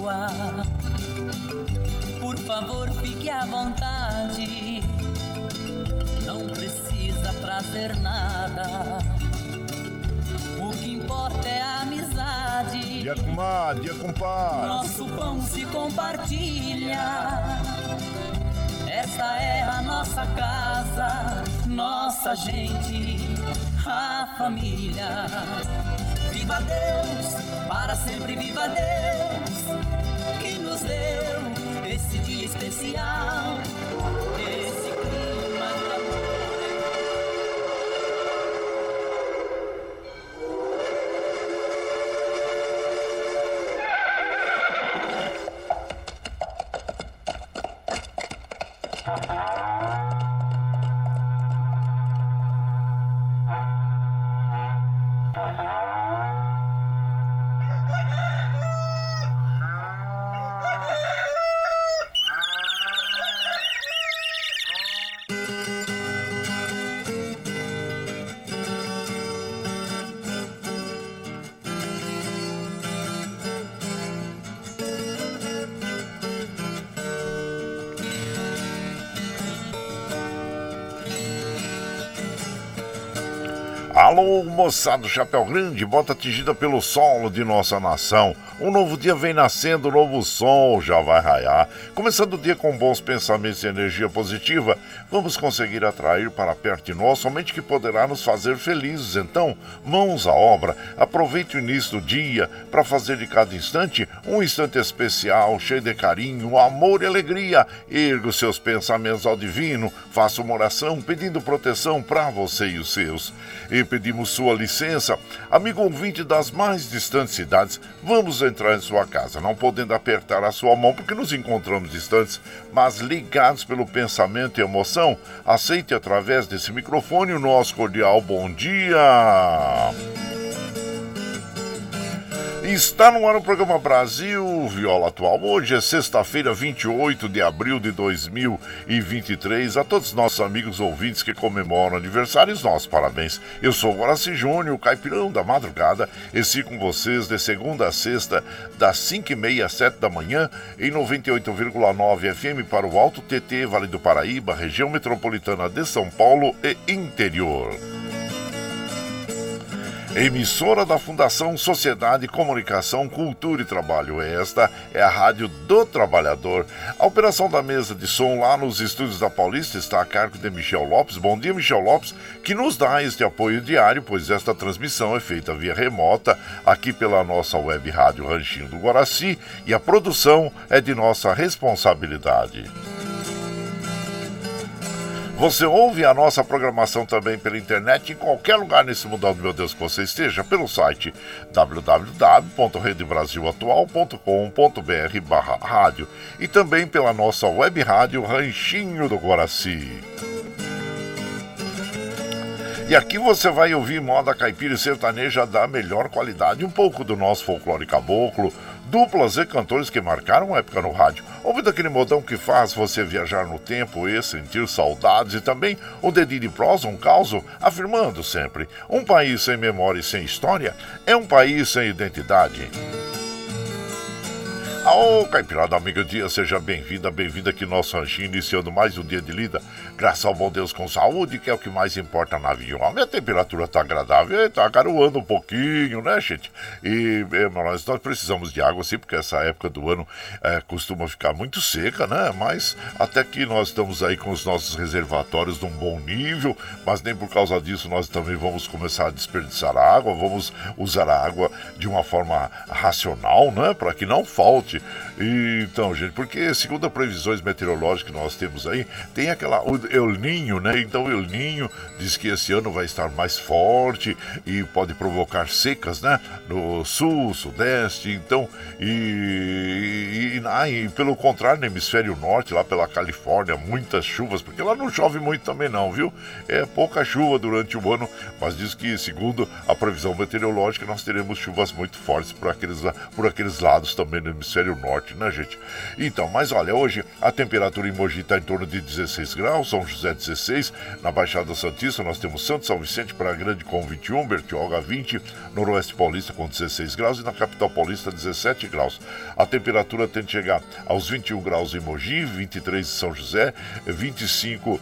sua. Por favor, fique à vontade, não precisa trazer nada. O que importa é a amizade. Dia comadre, dia compadre. Nosso pão se compartilha. Esta é a nossa casa, nossa gente, a família. Viva Deus, para sempre viva Deus, que nos deu esse dia especial, esse clima de amor. Alô, moçada do Chapéu Grande, bota atingida pelo solo de nossa nação. Um novo dia vem nascendo, um novo sol já vai raiar. Começando o dia com bons pensamentos e energia positiva, vamos conseguir atrair para perto de nós somente que poderá nos fazer felizes. Então, mãos à obra, aproveite o início do dia para fazer de cada instante um instante especial, cheio de carinho, amor e alegria. Erga os seus pensamentos ao divino, faça uma oração pedindo proteção para você e os seus. E pedimos sua licença, amigo ouvinte das mais distantes cidades, vamos entrar em sua casa, não podendo apertar a sua mão porque nos encontramos distantes, mas ligados pelo pensamento e emoção. Aceite através desse microfone o nosso cordial bom dia. Está no ar o programa Brasil Viola Atual. Hoje é sexta-feira, 28 de abril de 2023. A todos os nossos amigos ouvintes que comemoram aniversários, nossos parabéns. Eu sou o Horácio Júnior, o caipirão da madrugada, e sigo com vocês de segunda a sexta, das 5h30 às 7 da manhã, em 98,9 FM para o Alto TT, Vale do Paraíba, região metropolitana de São Paulo e interior. Emissora da Fundação Sociedade, Comunicação, Cultura e Trabalho. Esta é a Rádio do Trabalhador. A operação da mesa de som lá nos estúdios da Paulista está a cargo de Michel Lopes. Bom dia, Michel Lopes, que nos dá este apoio diário, pois esta transmissão é feita via remota aqui pela nossa web rádio Ranchinho do Guaraci e a produção é de nossa responsabilidade. Você ouve a nossa programação também pela internet em qualquer lugar nesse mundão, meu Deus, que você esteja, pelo site www.redebrasilatual.com.br/rádio e também pela nossa web rádio Ranchinho do Guaraci. E aqui você vai ouvir moda caipira e sertaneja da melhor qualidade, um pouco do nosso folclore caboclo, duplas e cantores que marcaram época no rádio. Ouvindo aquele modão que faz você viajar no tempo e sentir saudades, e também o dedinho de prosa, um causo, afirmando sempre: um país sem memória e sem história é um país sem identidade. Ô, caipirada, amigo dia, seja bem-vinda, bem-vinda aqui no nosso ranchinho, iniciando mais um dia de lida, graças ao bom Deus com saúde, que é o que mais importa na vida. A minha temperatura tá agradável, tá garoando um pouquinho, né, gente? E nós precisamos de água, sim, porque essa época do ano costuma ficar muito seca, né? Mas até que nós estamos aí com os nossos reservatórios de um bom nível, mas nem por causa disso nós também vamos começar a desperdiçar a água, vamos usar a água de uma forma racional, né? Para que não falte. Então, gente, porque segundo as previsões meteorológicas que nós temos aí, tem o El Niño, né? Então o El Niño diz que esse ano vai estar mais forte e pode provocar secas, né? No sul, sudeste, então, e pelo contrário, no hemisfério norte, lá pela Califórnia, muitas chuvas, porque lá não chove muito também não, viu? É pouca chuva durante o ano, mas diz que segundo a previsão meteorológica nós teremos chuvas muito fortes por aqueles lados também no hemisfério hemisfério norte, né, gente? Então, mas olha, hoje a temperatura em Mogi está em torno de 16 graus, São José 16, na Baixada Santista nós temos Santo São Vicente, Praia Grande com 21, Bertioga 20, Noroeste Paulista com 16 graus e na Capital Paulista 17 graus. A temperatura tende a chegar aos 21 graus em Mogi, 23 em São José, 25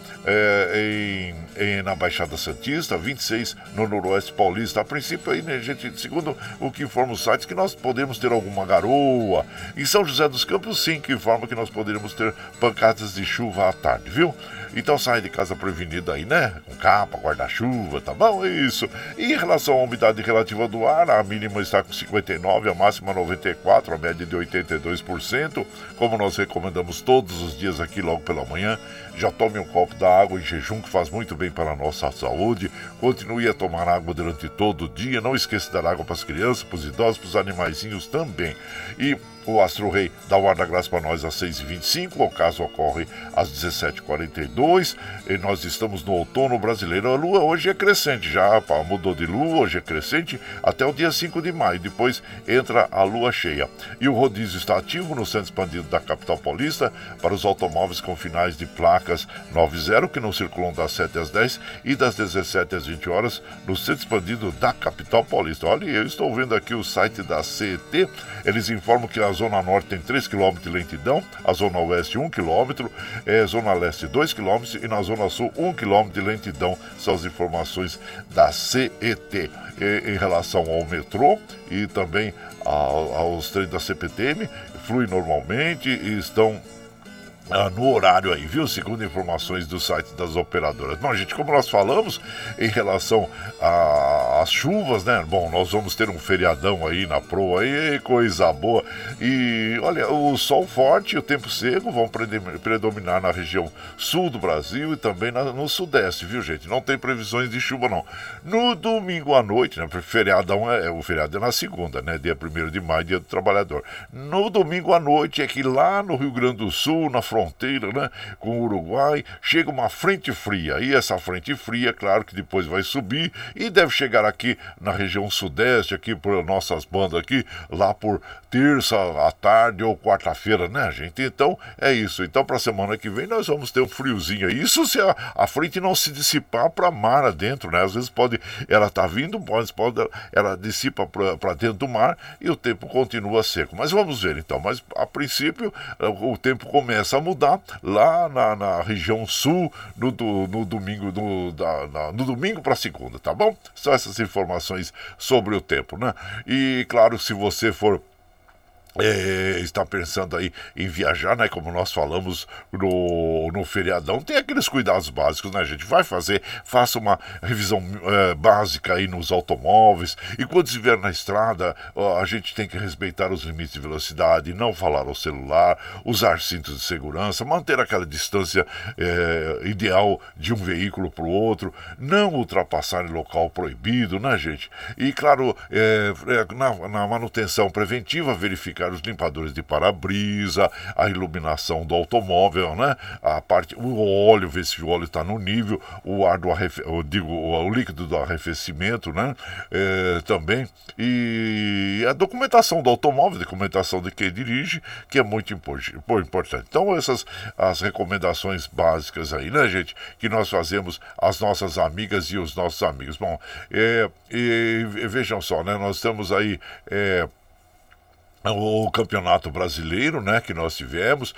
na Baixada Santista, 26 no Noroeste Paulista. A princípio aí, né, gente, segundo o que informa os sites, que nós podemos ter alguma garoa. Em São José dos Campos, sim, que informa que nós poderíamos ter pancadas de chuva à tarde, viu? Então sai de casa prevenido aí, né? Com capa, guarda-chuva, tá bom? Isso. E em relação à umidade relativa do ar, a mínima está com 59%, a máxima 94%, a média de 82%. Como nós recomendamos todos os dias aqui logo pela manhã, já tome um copo da água em jejum, que faz muito bem para a nossa saúde. Continue a tomar água durante todo o dia. Não esqueça de dar água para as crianças, para os idosos, para os animaizinhos também. E o Astro Rei dá o ar da graça para nós às 6h25, o caso ocorre às 17h42, e nós estamos no outono brasileiro. A lua hoje é crescente, já mudou de lua, hoje é crescente até o dia 5 de maio, depois entra a lua cheia. E o rodízio está ativo no centro expandido da capital paulista para os automóveis com finais de placas 90, que não circulam das 7 às 10 e das 17 às 20 horas no centro expandido da capital paulista. Olha, eu estou vendo aqui o site da CET, eles informam que a Zona Norte tem 3 km de lentidão, a Zona Oeste 1 km, Zona Leste 2 km e na Zona Sul 1 km de lentidão. São as informações da CET. Em relação ao metrô e também aos trens da CPTM, flui normalmente e estão no horário aí, viu? Segundo informações do site das operadoras. Bom, gente, como nós falamos em relação às chuvas, né? Bom, nós vamos ter um feriadão aí na proa, aí, coisa boa. E olha, o sol forte e o tempo seco vão predominar na região sul do Brasil e também no sudeste, viu, gente? Não tem previsões de chuva, não. No domingo à noite, né? Feriadão o feriado é na segunda, né? Dia 1º de maio, dia do trabalhador. No domingo à noite é que lá no Rio Grande do Sul, na fronteira, né, com o Uruguai, chega uma frente fria, e essa frente fria, claro que depois vai subir e deve chegar aqui na região sudeste, aqui por nossas bandas aqui, lá por terça à tarde ou quarta-feira, né, gente? Então, é isso. Então, para a semana que vem, nós vamos ter um friozinho aí. Isso se a frente não se dissipar para mar adentro, né? Às vezes ela tá vindo, ela dissipa para dentro do mar e o tempo continua seco. Mas vamos ver, então. Mas, a princípio, o tempo começa a mudar lá na região sul no domingo no domingo para segunda, tá bom? São essas informações sobre o tempo, né? E claro, se você for está pensando aí em viajar, né? Como nós falamos no feriadão, tem aqueles cuidados básicos, né, gente? Faça uma revisão básica aí nos automóveis. E quando estiver na estrada, a gente tem que respeitar os limites de velocidade, não falar ao celular, usar cintos de segurança, manter aquela distância ideal de um veículo para o outro, não ultrapassar em local proibido, né, gente? E claro, na manutenção preventiva, verificar os limpadores de para-brisa, a iluminação do automóvel, né? O óleo, ver se o óleo está no nível, o líquido do arrefecimento, né? Também. E a documentação do automóvel, a documentação de quem dirige, que é muito importante. Então, essas as recomendações básicas aí, né, gente? Que nós fazemos às nossas amigas e os nossos amigos. Bom, vejam só, né? Nós estamos aí o Campeonato Brasileiro, né, que nós tivemos,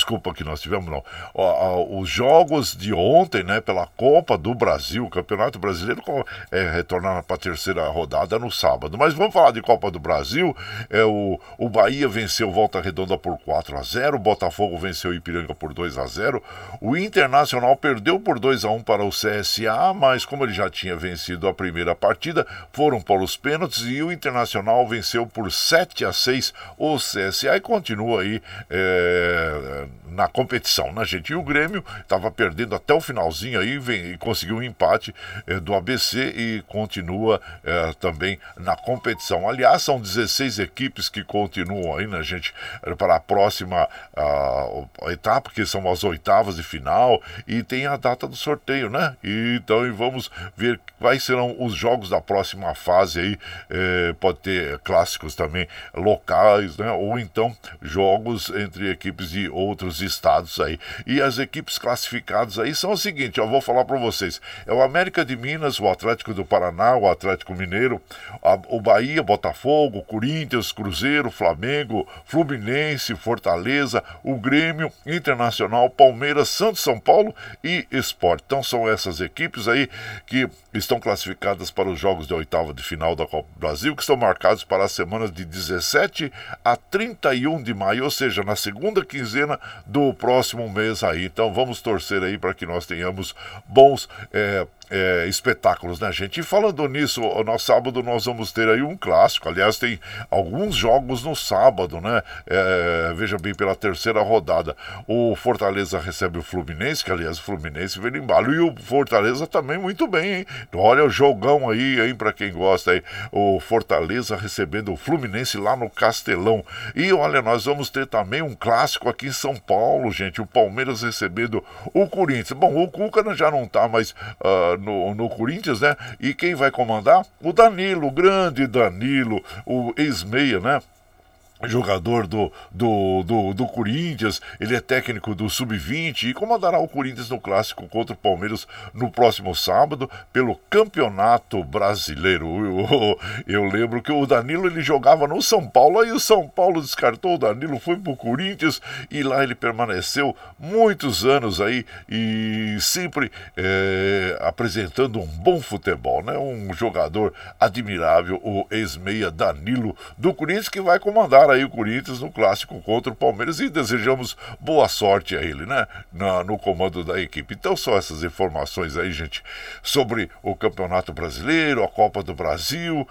os jogos de ontem, né, pela Copa do Brasil, o Campeonato Brasileiro retornar para a terceira rodada no sábado. Mas vamos falar de Copa do Brasil. O Bahia venceu Volta Redonda por 4-0, o Botafogo venceu o Ipiranga por 2-0, o Internacional perdeu por 2-1 para o CSA, mas como ele já tinha vencido a primeira partida, foram para os pênaltis e o Internacional venceu por 7-6 o CSA e continua aí na competição, né, gente? E o Grêmio estava perdendo até o finalzinho aí e conseguiu um empate do ABC e continua também na competição. Aliás, são 16 equipes que continuam aí, né, gente, para a próxima etapa, que são as oitavas de final, e tem a data do sorteio, né? Então vamos ver quais serão os jogos da próxima fase aí. Pode ter clássicos também locais locais, né? Ou então jogos entre equipes de outros estados aí. E as equipes classificadas aí são o seguinte, eu vou falar para vocês. É o América de Minas, o Atlético do Paraná, o Atlético Mineiro, o Bahia, Botafogo, Corinthians, Cruzeiro, Flamengo, Fluminense, Fortaleza, o Grêmio, Internacional, Palmeiras, Santos, São Paulo e Sport. Então são essas equipes aí que estão classificadas para os jogos de oitava de final da Copa do Brasil, que estão marcados para as semanas de 17 a 31 de maio, ou seja, na segunda quinzena do próximo mês aí. Então vamos torcer aí para que nós tenhamos bons espetáculos, né, gente? E falando nisso, no sábado nós vamos ter aí um clássico. Aliás, tem alguns jogos no sábado, né? Veja bem, pela terceira rodada. O Fortaleza recebe o Fluminense, que aliás o Fluminense vem embalo. E o Fortaleza também muito bem, hein? Olha o jogão aí, hein, pra quem gosta aí. O Fortaleza recebendo o Fluminense lá no Castelão. E olha, nós vamos ter também um clássico aqui em São Paulo, gente. O Palmeiras recebendo o Corinthians. Bom, o Cuca já não tá mais no Corinthians, né? E quem vai comandar? O Danilo, o grande Danilo, o ex-meia, né? Jogador do Corinthians, ele é técnico do Sub-20 e comandará o Corinthians no clássico contra o Palmeiras no próximo sábado pelo Campeonato Brasileiro. Eu lembro que o Danilo ele jogava no São Paulo, aí o São Paulo descartou o Danilo, foi pro Corinthians e lá ele permaneceu muitos anos aí e sempre apresentando um bom futebol, né? Um jogador admirável, o ex-meia Danilo do Corinthians, que vai comandar aí o Corinthians no clássico contra o Palmeiras e desejamos boa sorte a ele, né? No comando da equipe. Então são essas informações aí, gente, sobre o Campeonato Brasileiro, a Copa do Brasil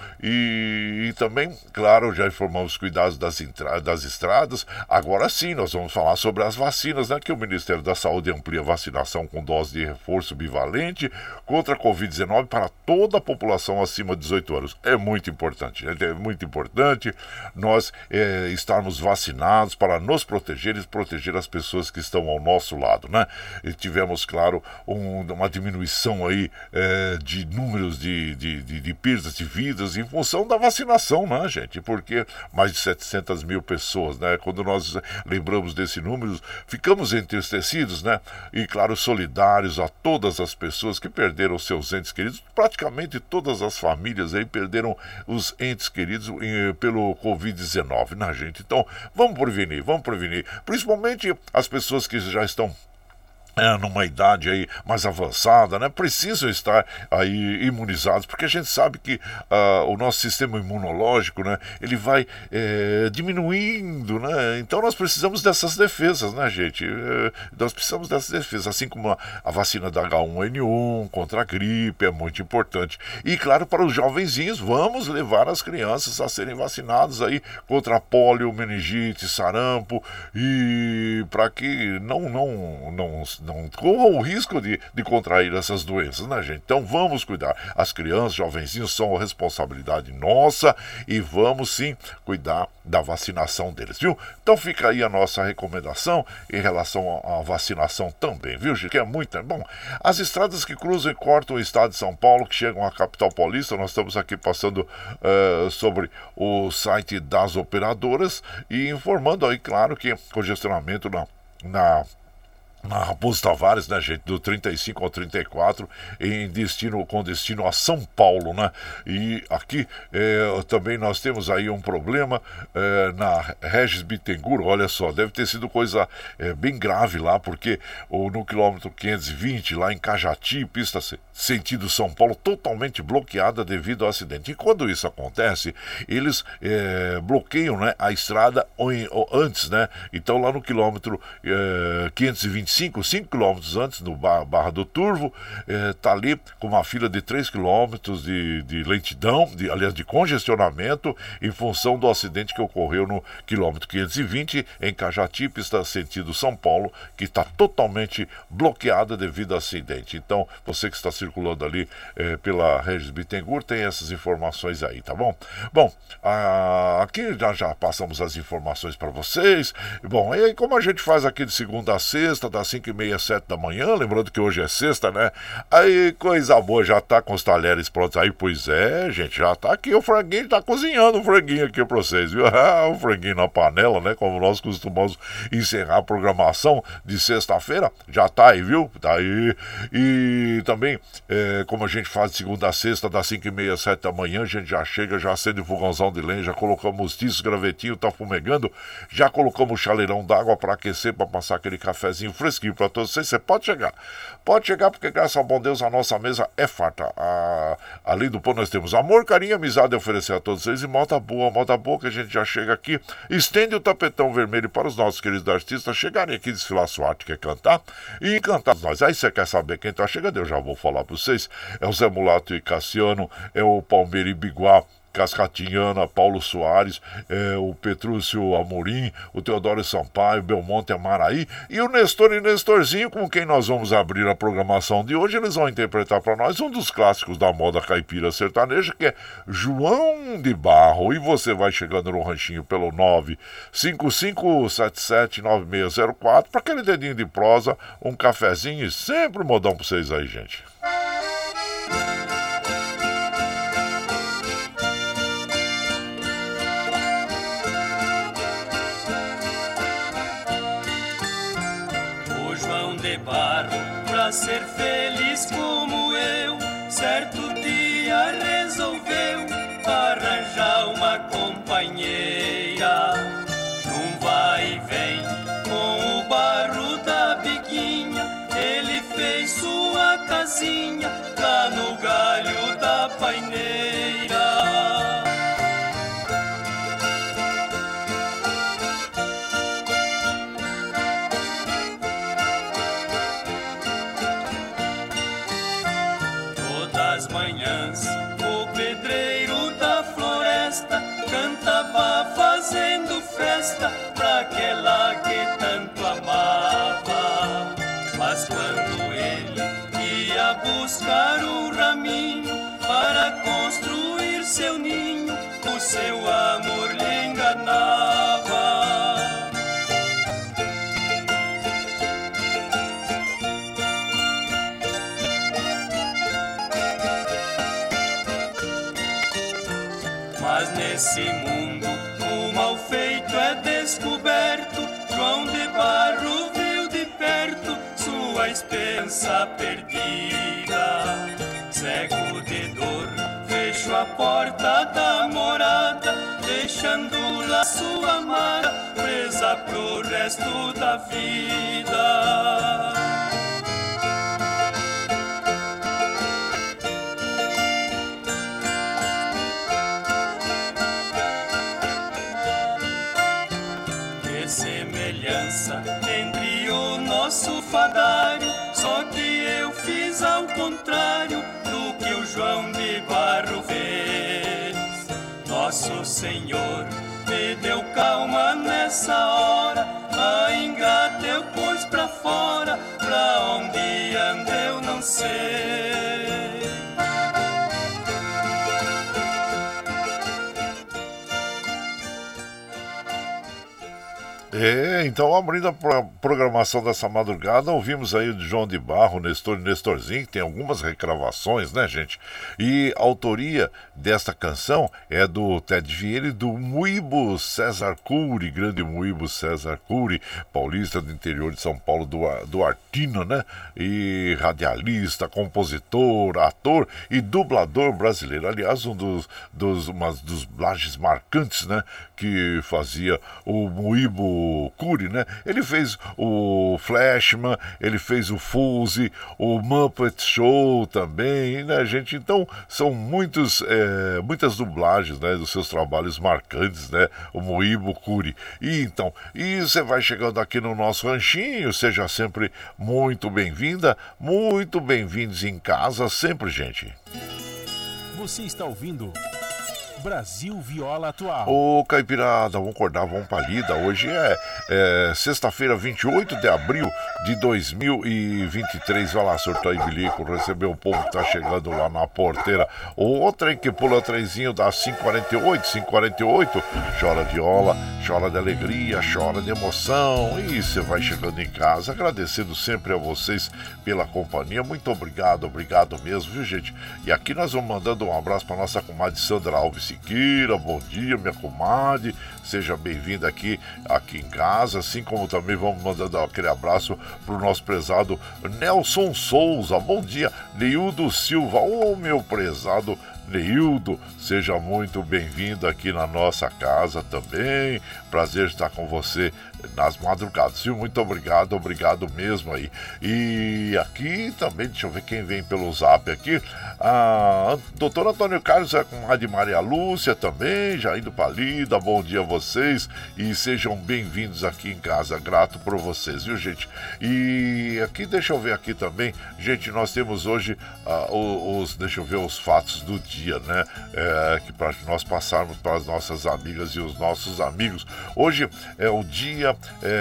e também, claro, já informamos os cuidados das estradas. Agora sim, nós vamos falar sobre as vacinas, né? Que o Ministério da Saúde amplia a vacinação com dose de reforço bivalente contra a Covid-19 para toda a população acima de 18 anos. É muito importante, gente, é muito importante nós estarmos vacinados para nos proteger e proteger as pessoas que estão ao nosso lado, né? E tivemos, claro, uma diminuição aí de números de perdas de vidas em função da vacinação, né, gente? Porque mais de 700 mil pessoas, né? Quando nós lembramos desse número, ficamos entristecidos, né? E, claro, solidários a todas as pessoas que perderam seus entes queridos. Praticamente todas as famílias aí perderam os entes queridos pelo Covid-19, né, gente? Então, vamos prevenir. Principalmente as pessoas que já estão numa idade aí mais avançada, né? Precisam estar aí imunizados, porque a gente sabe que o nosso sistema imunológico, né? Ele vai diminuindo, né? Então nós precisamos dessas defesas, né, gente? Nós precisamos dessas defesas, assim como a vacina da H1N1 contra a gripe é muito importante. E claro, para os jovenzinhos, vamos levar as crianças a serem vacinadas aí contra a polio, meningite, sarampo e para que não corram o risco de contrair essas doenças, né, gente? Então vamos cuidar. As crianças, jovenzinhos são responsabilidade nossa e vamos sim cuidar da vacinação deles, viu? Então fica aí a nossa recomendação em relação à vacinação também, viu, gente? Que é muito bom. As estradas que cruzam e cortam o estado de São Paulo, que chegam à capital paulista, nós estamos aqui passando sobre o site das operadoras e informando aí, claro, que congestionamento na Raposo Tavares, né, gente, do 35 ao 34, com destino a São Paulo, né? E aqui também nós temos aí um problema na Regis Bittencourt. Olha só, deve ter sido coisa bem grave lá, porque no quilômetro 520, lá em Cajati, pista sentido São Paulo, totalmente bloqueada devido ao acidente. E quando isso acontece, eles bloqueiam, né, a estrada antes, né? Então lá no quilômetro 525, 5 quilômetros antes, no Barra do Turvo, está ali com uma fila de 3 quilômetros de lentidão, aliás, de congestionamento, em função do acidente que ocorreu no quilômetro 520, em Cajati, pista sentido São Paulo, que está totalmente bloqueada devido ao acidente. Então, você que está circulando ali pela Regis Bittencourt, tem essas informações aí, tá bom? Bom, aqui já passamos as informações para vocês. Bom, e aí como a gente faz aqui de segunda a sexta, das 5h30 às 7 da manhã, lembrando que hoje é sexta, né? Aí, coisa boa, já tá com os talheres prontos aí, pois é, gente, já tá aqui o franguinho, tá cozinhando o franguinho aqui pra vocês, viu? O franguinho na panela, né? Como nós costumamos encerrar a programação de sexta-feira, já tá aí, viu? Tá aí. E também, como a gente faz de segunda a sexta, das 5h30 às 7 da manhã, a gente já chega, já acende o fogãozão de lenha, já colocamos tiço, gravetinho, tá fumegando, já colocamos o chaleirão d'água para aquecer, para passar aquele cafezinho fresquinho para todos vocês. Você pode chegar porque graças ao bom Deus a nossa mesa é farta. Além do pão nós temos amor, carinho, amizade a oferecer a todos vocês e moda boa que a gente já chega aqui, estende o tapetão vermelho para os nossos queridos artistas chegarem aqui, desfilar sua arte, quer cantar e encantar nós. Aí você quer saber quem tá chegando, eu já vou falar para vocês, é o Zé Mulato e Cassiano, é o Palmeira e Biguá, Cascatinhana, Paulo Soares, o Petrúcio Amorim, o Teodoro Sampaio, Belmonte Amaraí e o Nestor e Nestorzinho, com quem nós vamos abrir a programação de hoje. Eles vão interpretar para nós um dos clássicos da moda caipira sertaneja, que é João de Barro. E você vai chegando no ranchinho pelo 955779604 para aquele dedinho de prosa, um cafezinho e sempre um modão para vocês aí, gente. Pra ser feliz como eu, certo dia resolveu arranjar uma companheira. Num vai e vem com o barro da biguinha, ele fez sua casinha lá no galho da paineira. O pedreiro da floresta cantava fazendo festa pra aquela que tanto amava. Mas quando ele ia buscar um raminho para construir seu ninho, o seu amor lhe enganava. Mas nesse mundo o mal feito é descoberto. João de Barro viu de perto sua esperança perdida. Cego de dor, fechou a porta da morada, deixando lá sua amada presa pro resto da vida. Entre o nosso fadário, só que eu fiz ao contrário do que o João de Barro fez. Nosso Senhor me deu calma nessa hora, a ingrata eu pus pra fora, pra onde anda eu não sei. Então abrindo a programação dessa madrugada, ouvimos aí o João de Barro, Nestor e Nestorzinho, que tem algumas regravações, né, gente? E a autoria desta canção é do Ted Vieira e do Muibo César Cury, grande Muibo César Cury, paulista do interior de São Paulo, do Artino, né? E radialista, compositor, ator e dublador brasileiro. Aliás, uma dos dublagens marcantes, né? Que fazia o Muibo Cury, né? Ele fez o Flashman, ele fez o Fuzzy, o Muppet Show também, né, gente? Então, são muitas dublagens, né, dos seus trabalhos marcantes, né? O Muibo Cury. E você vai chegando aqui no nosso ranchinho, seja sempre muito bem-vinda, muito bem-vindos em casa, sempre, gente. Você está ouvindo Brasil Viola Atual. Ô, Caipirada, vamos acordar, vamos pra lida. Hoje é sexta-feira, 28 de abril de 2023. Vai lá, surtou e bilico, recebeu o povo que tá chegando lá na porteira. O trem que pula trenzinho das 5h48, 5h48, chora viola, chora de alegria, chora de emoção. E você vai chegando em casa, agradecendo sempre a vocês pela companhia. Muito obrigado, obrigado mesmo, viu, gente? E aqui nós vamos mandando um abraço para nossa comadre Sandra Alves Siqueira. Bom dia, minha comadre. Seja bem-vinda aqui em casa, assim como também vamos mandando aquele abraço para o nosso prezado Nelson Souza. Bom dia, Neildo Silva. Ô, meu prezado Neildo, seja muito bem-vindo aqui na nossa casa também. Prazer estar com você nas madrugadas, viu? Muito obrigado, obrigado mesmo aí. E aqui também, deixa eu ver quem vem pelo zap aqui. Doutor Antônio Carlos, a comadre Maria Lúcia também, já indo pra lida. Bom dia a vocês e sejam bem-vindos aqui em casa. Grato por vocês, viu, gente? E aqui, deixa eu ver aqui também, gente, nós temos hoje deixa eu ver os fatos do dia, né? Que para nós passarmos para as nossas amigas e os nossos amigos. Hoje é o dia,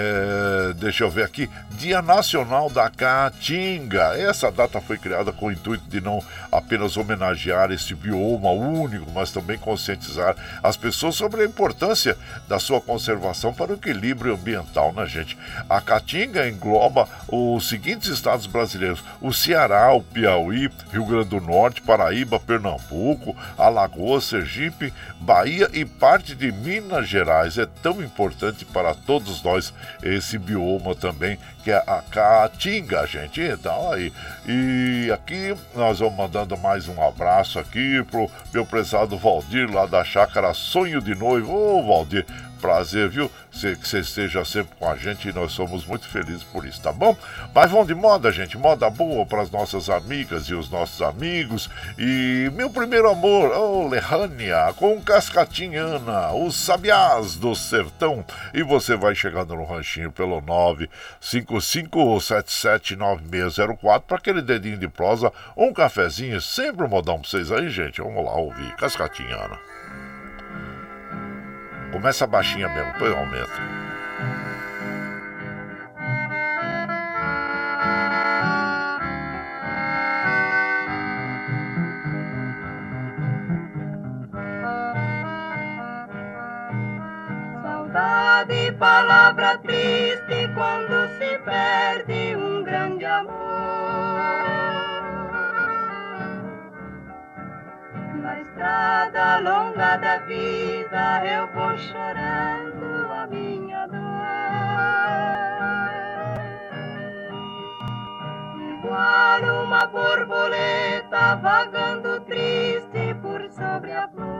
deixa eu ver aqui, Dia Nacional da Caatinga. Essa data foi criada com o intuito de não apenas homenagear esse bioma único, mas também conscientizar as pessoas sobre a importância da sua conservação para o equilíbrio ambiental, né, gente? A Caatinga engloba os seguintes estados brasileiros: o Ceará, o Piauí, Rio Grande do Norte, Paraíba, Pernambuco, Alagoas, Sergipe, Bahia e parte de Minas Gerais. É tão importante para todos nós esse bioma também, que é a Caatinga, gente. Então aí, e aqui nós vamos mandando mais um abraço aqui pro meu prezado Valdir, lá da Chácara Sonho de Noivo. Ô, Valdir, prazer, viu? Que você esteja sempre com a gente e nós somos muito felizes por isso, tá bom? Mas vamos de moda, gente, moda boa para as nossas amigas e os nossos amigos. E meu primeiro amor, Lerrânia, com Cascatinhana, os Sabiás do Sertão. E você vai chegando no ranchinho pelo 955779604 para aquele dedinho de prosa, um cafezinho, sempre um modão pra vocês aí, gente. Vamos lá ouvir Cascatinhana. Começa baixinha mesmo, depois aumenta. Saudade, palavra triste quando se perde um grande amor. Na estrada longa da vida eu vou chorando a minha dor. Igual uma borboleta vagando triste por sobre a flor.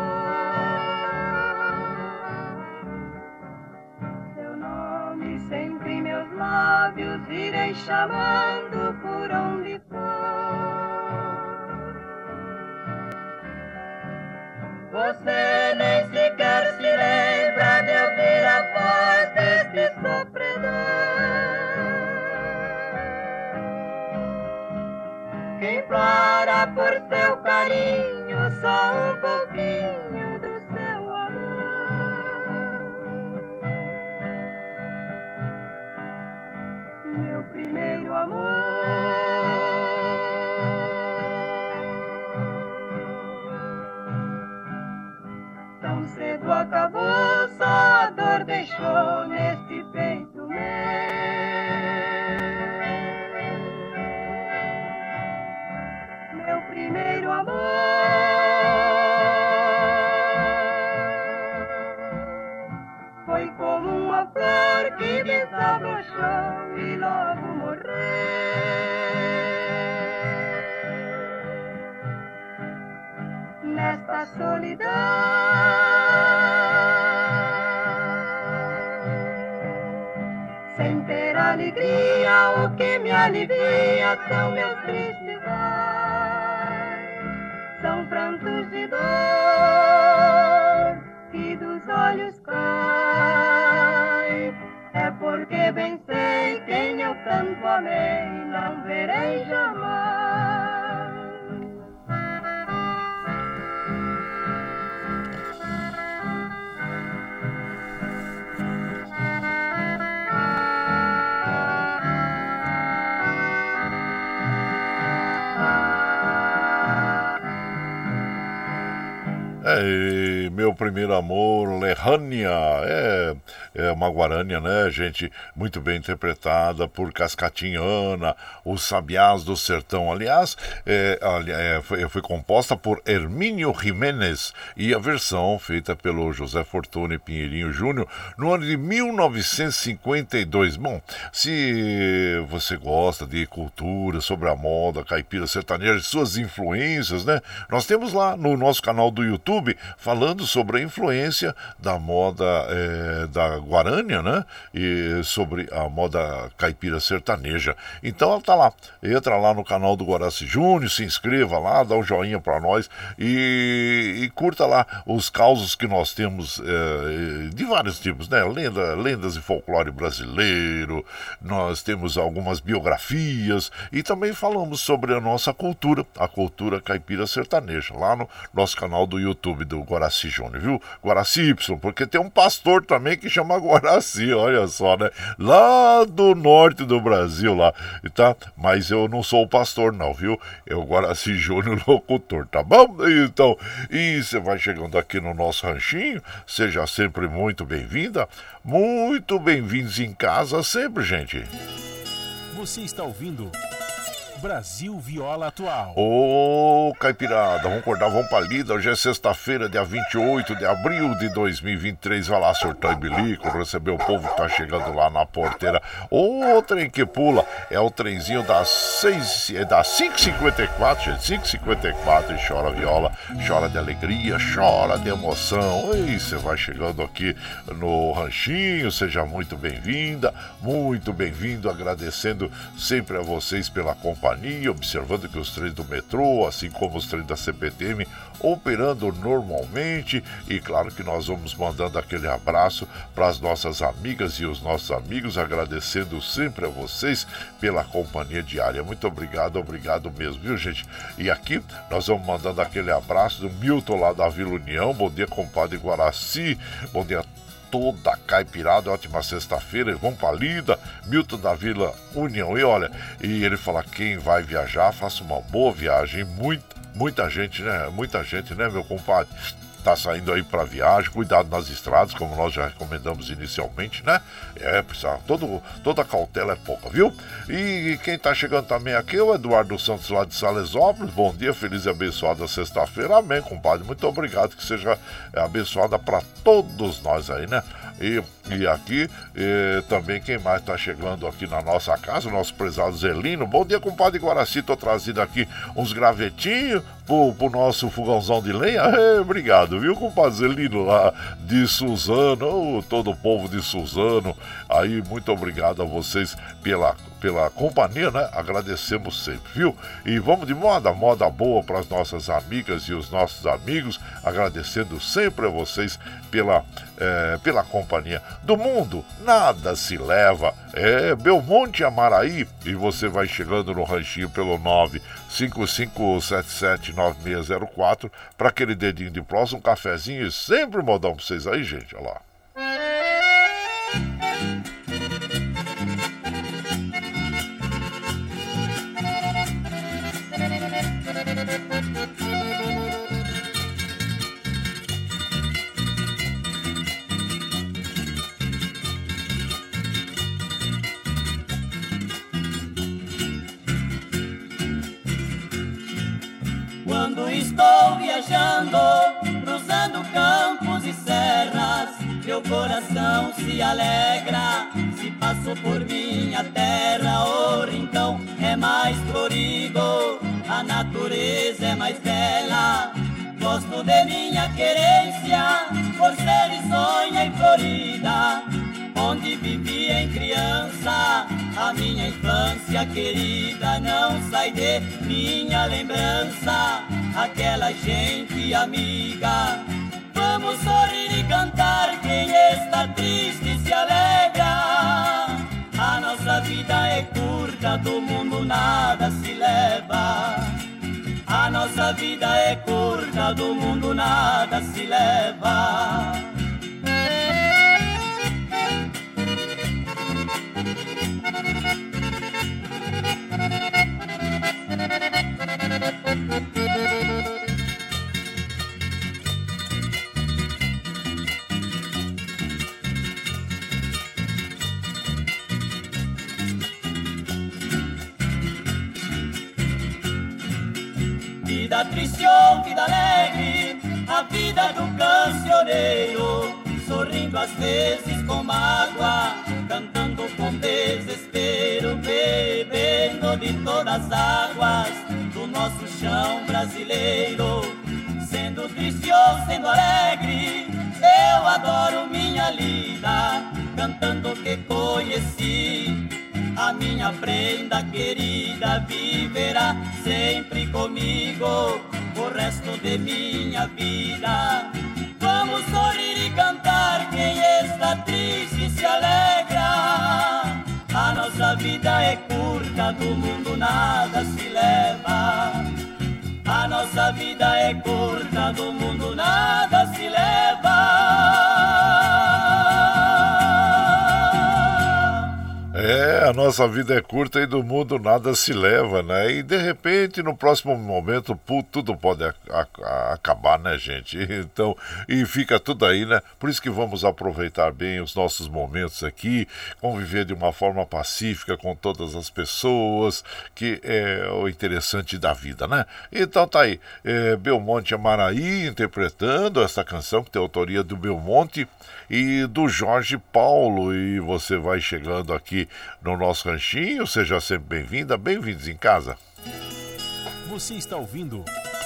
Seu nome sempre em meus lábios irei chamando por onde for. Você nem sequer se lembra de ouvir a voz deste sofredor que implora por seu carinho só um pouquinho do seu amor. Meu primeiro amor. Tão cedo acabou, só a dor deixou neste peito meu. Meu primeiro amor foi como uma flor que desabrochou e logo morreu. Nesta solidão sem ter alegria, o que me alivia são meus tristes olhos, são prantos de dor que dos olhos caem. É porque bem sei quem eu tanto amei, não verei jamais. É, meu primeiro amor, Lerrânia, é uma guarânia, né, gente? Muito bem interpretada por Cascatinhana, os Sabiás do Sertão. Aliás, foi composta por Hermínio Jiménez e a versão feita pelo José Fortuna e Pinheirinho Júnior no ano de 1952. Bom, se você gosta de cultura sobre a moda caipira sertaneja e suas influências, né? Nós temos lá no nosso canal do YouTube falando sobre a influência da moda da guarânia, né? E sobre a moda caipira sertaneja. Então ela tá lá. Entra lá no canal do Guaraci Júnior, se inscreva lá, dá um joinha para nós e curta lá os causos que nós temos de vários tipos, né? Lendas e folclore brasileiro, nós temos algumas biografias e também falamos sobre a nossa cultura, a cultura caipira sertaneja, lá no nosso canal do YouTube do Guaraci Júnior, viu? Guaraci Y, porque tem um pastor também que chama Guaraci, olha só, né? Lá do norte do Brasil, lá, tá? Mas eu não sou o pastor, não, viu? É o Guaraci Júnior locutor, tá bom? Então, e você vai chegando aqui no nosso ranchinho, seja sempre muito bem-vinda, muito bem-vindos em casa sempre, gente. Você está ouvindo Brasil Viola Atual. Ô, caipirada, vamos acordar, vamos pra lida. Hoje é sexta-feira, dia 28 de abril de 2023. Vai lá, surtar e bilico, receber o povo que tá chegando lá na porteira. O trem que pula é o trenzinho das 5h54, gente, 5h54, e chora viola, chora de alegria, chora de emoção. E você vai chegando aqui no ranchinho, seja muito bem-vinda, muito bem-vindo, agradecendo sempre a vocês pela companhia, observando que os trens do metrô, assim como os trens da CPTM, operando normalmente. E claro que nós vamos mandando aquele abraço para as nossas amigas e os nossos amigos, agradecendo sempre a vocês pela companhia diária. Muito obrigado, obrigado mesmo, viu, gente? E aqui nós vamos mandando aquele abraço do Milton lá da Vila União. Bom dia, compadre Guaraci. Bom dia toda caipirada, ótima sexta-feira, vamos pra lida, Milton da Vila União. E olha, e ele fala, quem vai viajar, faça uma boa viagem. Muita gente, né, meu compadre? Tá saindo aí pra viagem, cuidado nas estradas, como nós já recomendamos inicialmente, né? Precisa, toda cautela é pouca, viu? E quem tá chegando também aqui é o Eduardo Santos lá de Salesópolis. Bom dia, feliz e abençoada sexta-feira. Amém, compadre. Muito obrigado, que seja abençoada para todos nós aí, né? E aqui também quem mais tá chegando aqui na nossa casa, o nosso prezado Zelino. Bom dia, compadre Guaraci, tô trazendo aqui uns gravetinhos pro nosso fogãozão de lenha. Obrigado, viu, compadre Zelino lá de Suzano, todo o povo de Suzano aí, muito obrigado a vocês pela companhia, né? Agradecemos sempre, viu? E vamos de moda boa para as nossas amigas e os nossos amigos, agradecendo sempre a vocês pela companhia. Do mundo, nada se leva. Belmonte Amaraí, e você vai chegando no ranchinho pelo 955779604 para aquele dedinho de próximo, um cafezinho e sempre modão para vocês aí, gente, olha lá. Quando estou viajando, cruzando campos e serras, meu coração se alegra. Se passo por minha terra, o rincão é mais florido, a natureza é mais bela. Gosto de minha querência, por ser risonha e florida, onde vivi em criança, a minha infância querida. Não sai de minha lembrança, aquela gente amiga. Vamos sorrir e cantar, quem está triste se alegra. A nossa vida é curta, do mundo nada se leva. A nossa vida é curta, do mundo nada se leva. vida triste ou vida alegre, a vida do cancioneiro, sorrindo às vezes com mágoa, cantando com desespero, bebendo de todas as águas do nosso chão brasileiro. Sendo triste ou sendo alegre, eu adoro minha lida, cantando que conheci a minha prenda querida, viverá sempre comigo o resto de minha vida. Vamos sorrir e cantar, quem está triste se alegra. A nossa vida é curta, do mundo nada se leva. A nossa vida é curta, do mundo nada se leva. A nossa vida é curta e do mundo nada se leva, né? E de repente, no próximo momento, tudo pode acabar, né, gente? Então, e fica tudo aí, né? Por isso que vamos aproveitar bem os nossos momentos aqui, conviver de uma forma pacífica com todas as pessoas, que é o interessante da vida, né? Então tá aí, Belmonte Amaraí interpretando essa canção que tem autoria do Belmonte e do Jorge Paulo. E você vai chegando aqui no nosso ranchinho, seja sempre bem-vinda, bem-vindos em casa. Você está ouvindo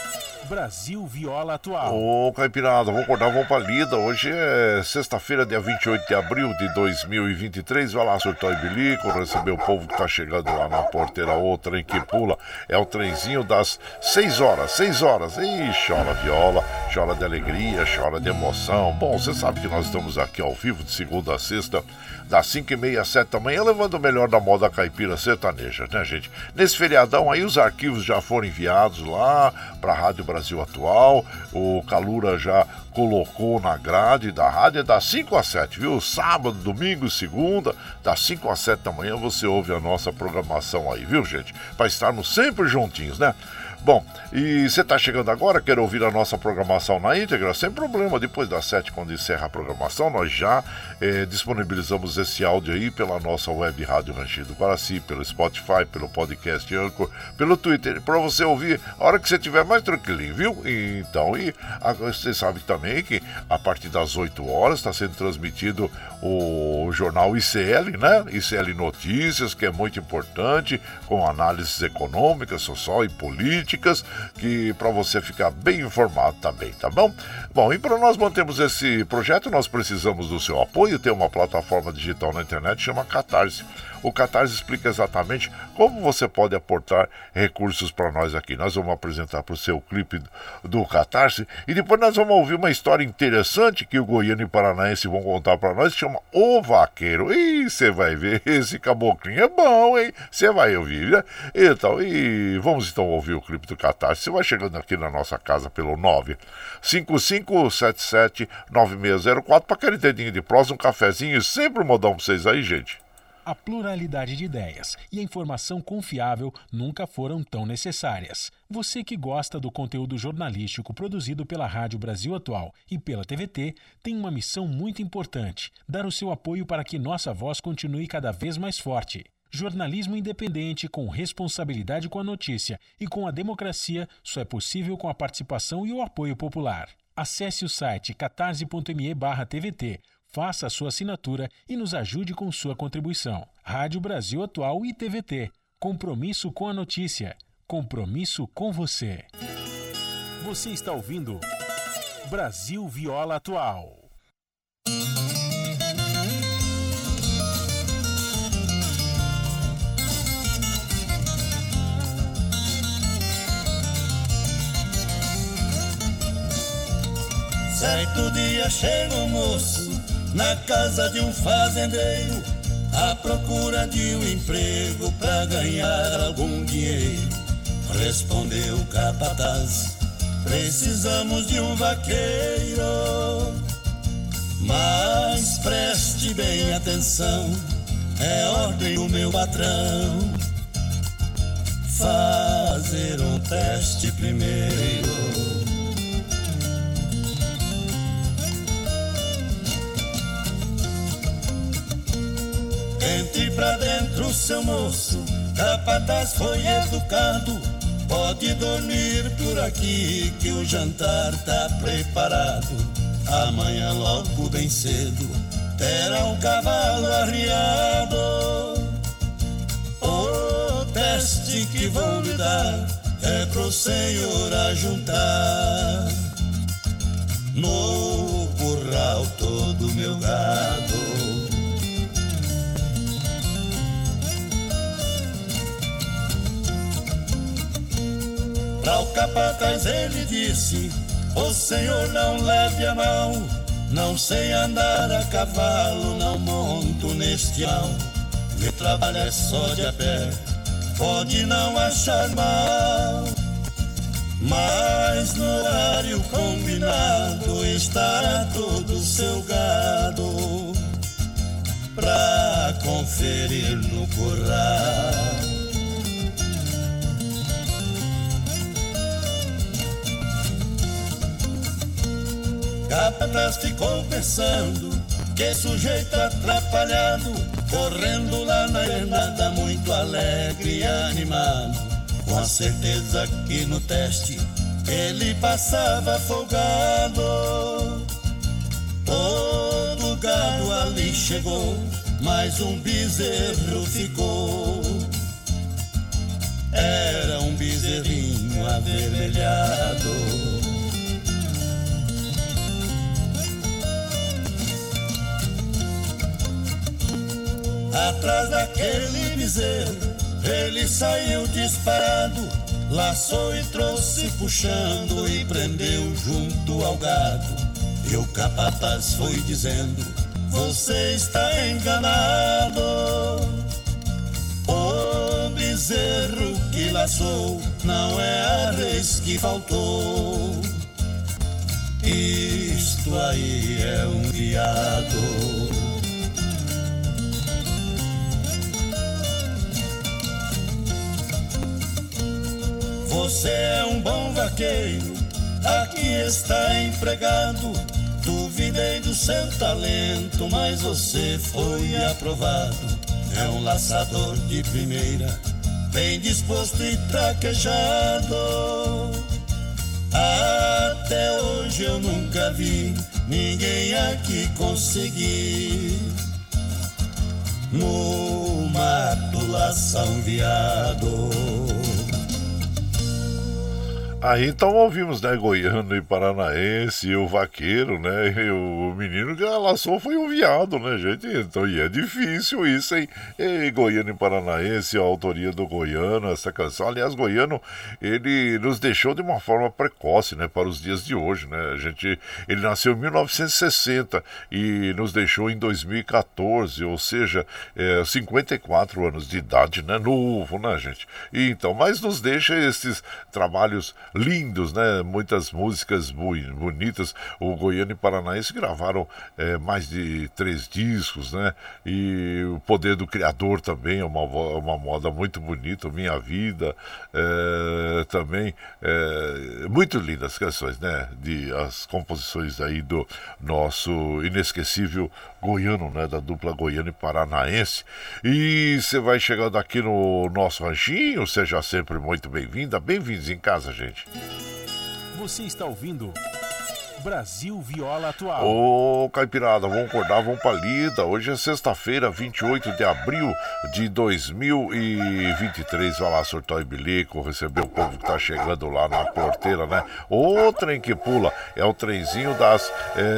Brasil Viola Atual. Ô, Caipirada, vamos acordar, vamos pra lida. Hoje é sexta-feira, dia 28 de abril de 2023. Vai lá, surtou e bilico, receber o povo que tá chegando lá na porteira. O trem que pula é o trenzinho das 6 horas. 6 horas. Ih, chora viola, chora de alegria, chora de emoção. Bom, você sabe que nós estamos aqui ao vivo de segunda a sexta, das 5h30 às 7 da manhã, levando o melhor da moda caipira sertaneja, né, gente? Nesse feriadão aí, os arquivos já foram enviados lá pra Rádio Brasil Atual. O Calura já colocou na grade da rádio, é das 5 às 7, viu? Sábado, domingo, segunda, das 5 às 7 da manhã você ouve a nossa programação aí, viu, gente? Para estarmos sempre juntinhos, né? Bom, e você está chegando agora, quer ouvir a nossa programação na íntegra? Sem problema, depois das 7, quando encerra a programação, nós já disponibilizamos esse áudio aí pela nossa web Rádio Ranchinho do Guaraci, pelo Spotify, pelo podcast Anchor, pelo Twitter, para você ouvir a hora que você estiver mais tranquilinho, viu? Então, e você sabe também que a partir das 8 horas está sendo transmitido o jornal ICL, né? ICL Notícias, que é muito importante, com análises econômicas, social e políticas, que para você ficar bem informado também, tá bom? Bom, e para nós mantermos esse projeto, nós precisamos do seu apoio. Tem uma plataforma digital na internet que chama Catarse. O Catarse explica exatamente como você pode aportar recursos para nós aqui. Nós vamos apresentar para o seu clipe do Catarse e depois nós vamos ouvir uma história interessante que o Goiano e Paranaense vão contar para nós, que chama O Vaqueiro. E você vai ver, esse caboclinho é bom, hein? Você vai ouvir, né? Então, e vamos então ouvir o clipe do Catarse. Você vai chegando aqui na nossa casa pelo 955779604 para aquele dedinho de prosa, um cafezinho e sempre um modão para vocês aí, gente. A pluralidade de ideias e a informação confiável nunca foram tão necessárias. Você que gosta do conteúdo jornalístico produzido pela Rádio Brasil Atual e pela TVT tem uma missão muito importante: dar o seu apoio para que nossa voz continue cada vez mais forte. Jornalismo independente, com responsabilidade com a notícia e com a democracia, só é possível com a participação e o apoio popular. Acesse o site catarse.me/TVT. Faça a sua assinatura e nos ajude com sua contribuição. Rádio Brasil Atual e TVT. Compromisso com a notícia. Compromisso com você. Você está ouvindo Brasil Viola Atual. Certo dia chega um moço na casa de um fazendeiro, à procura de um emprego pra ganhar algum dinheiro. Respondeu o capataz: precisamos de um vaqueiro. Mas preste bem atenção, é ordem do meu patrão fazer um teste primeiro. Entre pra dentro, seu moço, capataz foi educado, pode dormir por aqui que o jantar tá preparado. Amanhã logo bem cedo terá um cavalo arriado. O teste que vou lhe dar é pro senhor ajuntar no curral todo meu gado. Pra o capataz ele disse: o senhor não leve a mão, não sei andar a cavalo, não monto neste mão. Meu trabalho é só de a pé, pode não achar mal, mas no horário combinado estará todo o seu gado pra conferir no curral. Capataz ficou pensando, que sujeito atrapalhado, correndo lá na hernada muito alegre e animado, com a certeza que no teste ele passava folgado. Todo gado ali chegou, mas um bezerro ficou. Era um bezerrinho avermelhado. Atrás daquele bezerro ele saiu disparado, laçou e trouxe puxando e prendeu junto ao gado. E o capataz foi dizendo: você está enganado. O bezerro que laçou não é a res que faltou. Isto aí é um viado. Você é um bom vaqueiro, aqui está empregado. Duvidei do seu talento, mas você foi aprovado. É um laçador de primeira, bem disposto e traquejado. Até hoje eu nunca vi ninguém aqui conseguir no mato laçar um veado. Aí então ouvimos, né, goiano e paranaense, e o vaqueiro, né, e o menino que laçou foi o viado, né, gente? Então, e é difícil isso, hein? E goiano e paranaense, a autoria do Goiano, essa canção. Aliás, Goiano, ele nos deixou de uma forma precoce, né, para os dias de hoje, né? Ele nasceu em 1960 e nos deixou em 2014, ou seja, 54 anos de idade, né? Novo, né, gente? E então, mas nos deixa esses trabalhos lindos, né? Muitas músicas bonitas. O Goiano e Paranaense gravaram mais de 3 discos, né? E o Poder do Criador também é uma moda muito bonita. Minha Vida também. Muito lindas as canções, né? As composições aí do nosso inesquecível goiano, né? Da dupla Goiano e Paranaense. E você vai chegando aqui no nosso ranchinho, seja sempre muito bem-vinda. Bem-vindos em casa, gente. Você está ouvindo Brasil Viola Atual. Ô, Caipirada, vamos acordar, vamos pra lida. Hoje é sexta-feira, 28 de abril de 2023. Vai lá, surtar e bilico, receber o povo que tá chegando lá na porteira, né? O trem que pula é o trenzinho das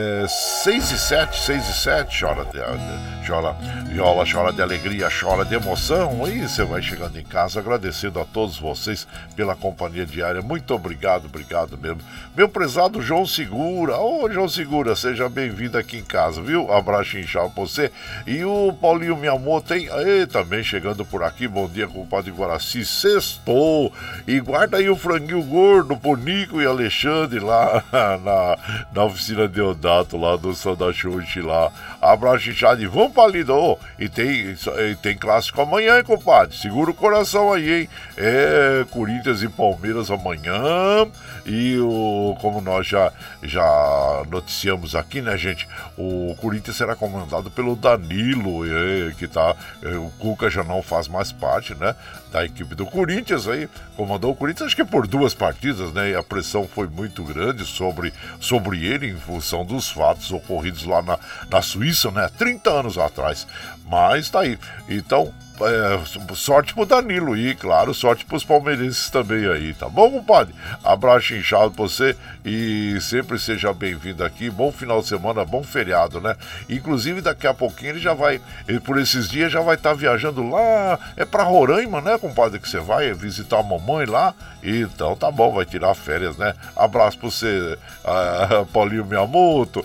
6h07. Chora viola, chora de alegria, chora de emoção. Aí você vai chegando em casa, agradecendo a todos vocês pela companhia diária. Muito obrigado mesmo. Meu prezado João Segura. Ô, João Segura, seja bem-vindo aqui em casa, viu? Abraço inchado pra você. E o Paulinho Miyamoto, hein? Também chegando por aqui. Bom dia, compadre Guaraci. Sextou. E guarda aí o franguinho gordo pro Nico e Alexandre lá na oficina de Odato, lá do Sanda Chute lá. Abraço inchado e vamos pra lida. E tem clássico amanhã, hein, compadre? Segura o coração aí, hein? Corinthians e Palmeiras amanhã. E como nós já já noticiamos aqui, né, gente? O Corinthians será comandado pelo Danilo, que tá. O Cuca já não faz mais parte, né? Da equipe do Corinthians aí, comandou o Corinthians acho que por 2 partidas, né? E a pressão foi muito grande sobre ele em função dos fatos ocorridos lá na Suíça, né? 30 anos atrás. Mas tá aí. Então, sorte pro Danilo e, claro, sorte pros palmeirenses também aí, tá bom, compadre? Abraço inchado pra você e sempre seja bem-vindo aqui. Bom final de semana, bom feriado, né? Inclusive, daqui a pouquinho ele por esses dias já vai estar viajando lá, pra Roraima, né, compadre, que você vai visitar a mamãe lá. Então tá bom, vai tirar férias, né? Abraço pra você, Paulinho Miyamoto,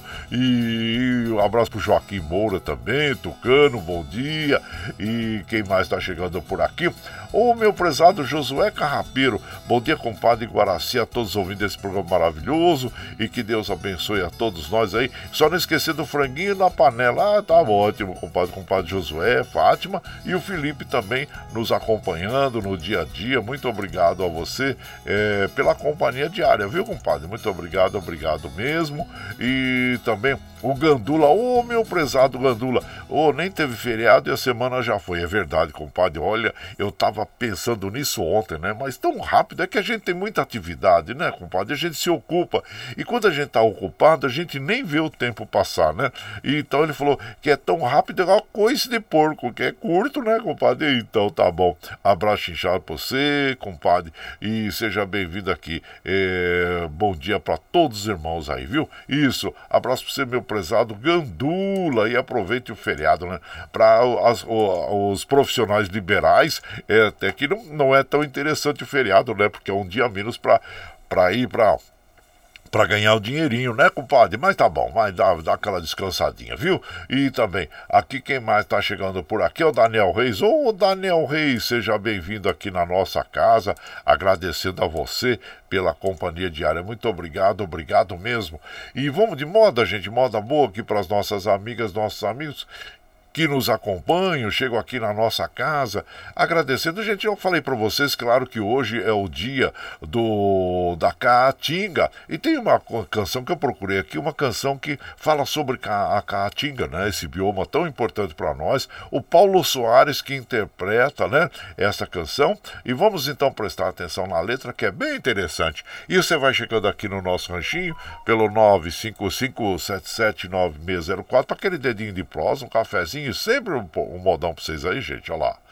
e um abraço pro Joaquim Moura também, Tucano, bom dia. E quem mais tá chegando por aqui? O meu prezado Josué Carrapeiro, bom dia, compadre Guaraci, a todos ouvindo esse programa maravilhoso e que Deus abençoe a todos nós aí. Só não esquecer do franguinho na panela. Tá ótimo, compadre Josué, Fátima e o Felipe também nos acompanhando no dia a dia. Muito obrigado a você pela companhia diária, viu, compadre? Muito obrigado mesmo. E também o Gandula, meu prezado Gandula, nem teve feriado e a semana já foi, é verdade, compadre. Olha, eu tava pensando nisso ontem, né? Mas tão rápido, é que a gente tem muita atividade, né, compadre? A gente se ocupa. E quando a gente tá ocupado, a gente nem vê o tempo passar, né? E então ele falou que é tão rápido, é uma coisa de porco, que é curto, né, compadre? Então tá bom. Abraço inchado pra você, compadre. E seja bem-vindo aqui. Bom dia pra todos os irmãos aí, viu? Isso. Abraço pra você, meu prezado Gandula. E aproveite o feriado, né? Para os profissionais liberais, até que não é tão interessante o feriado, né? Porque é um dia a menos para ir para ganhar o dinheirinho, né, compadre? Mas tá bom, vai dar aquela descansadinha, viu? E também, aqui quem mais tá chegando por aqui é o Daniel Reis. Daniel Reis, seja bem-vindo aqui na nossa casa, agradecendo a você pela companhia diária. Muito obrigado mesmo. E vamos de moda, gente, moda boa aqui para as nossas amigas, nossos amigos que nos acompanham, chegam aqui na nossa casa, agradecendo. Gente, eu falei para vocês, claro que hoje é o dia da Caatinga, e tem uma canção que eu procurei aqui, uma canção que fala sobre a Caatinga, né, esse bioma tão importante para nós, o Paulo Soares que interpreta, né, essa canção, e vamos então prestar atenção na letra, que é bem interessante. E você vai chegando aqui no nosso ranchinho, pelo 955779604, para aquele dedinho de prosa, um cafezinho, e sempre um modão pra vocês aí, gente, olha lá.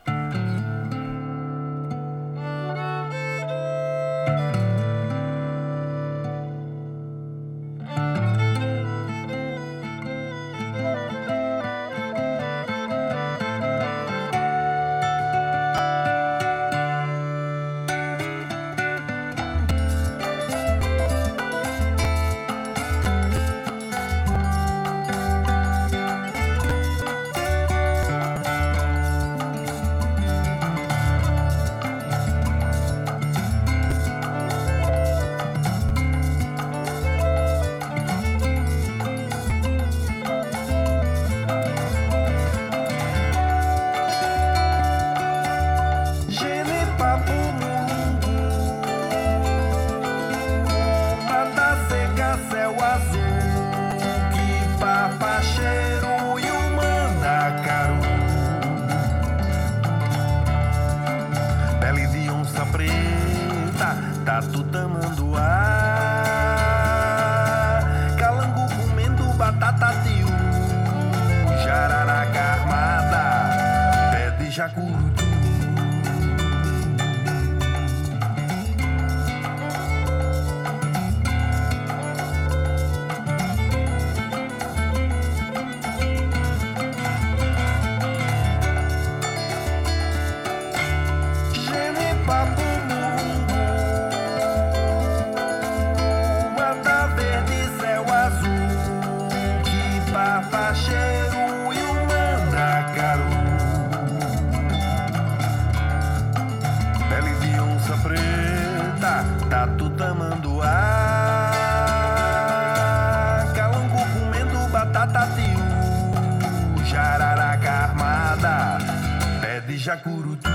Jacurutu,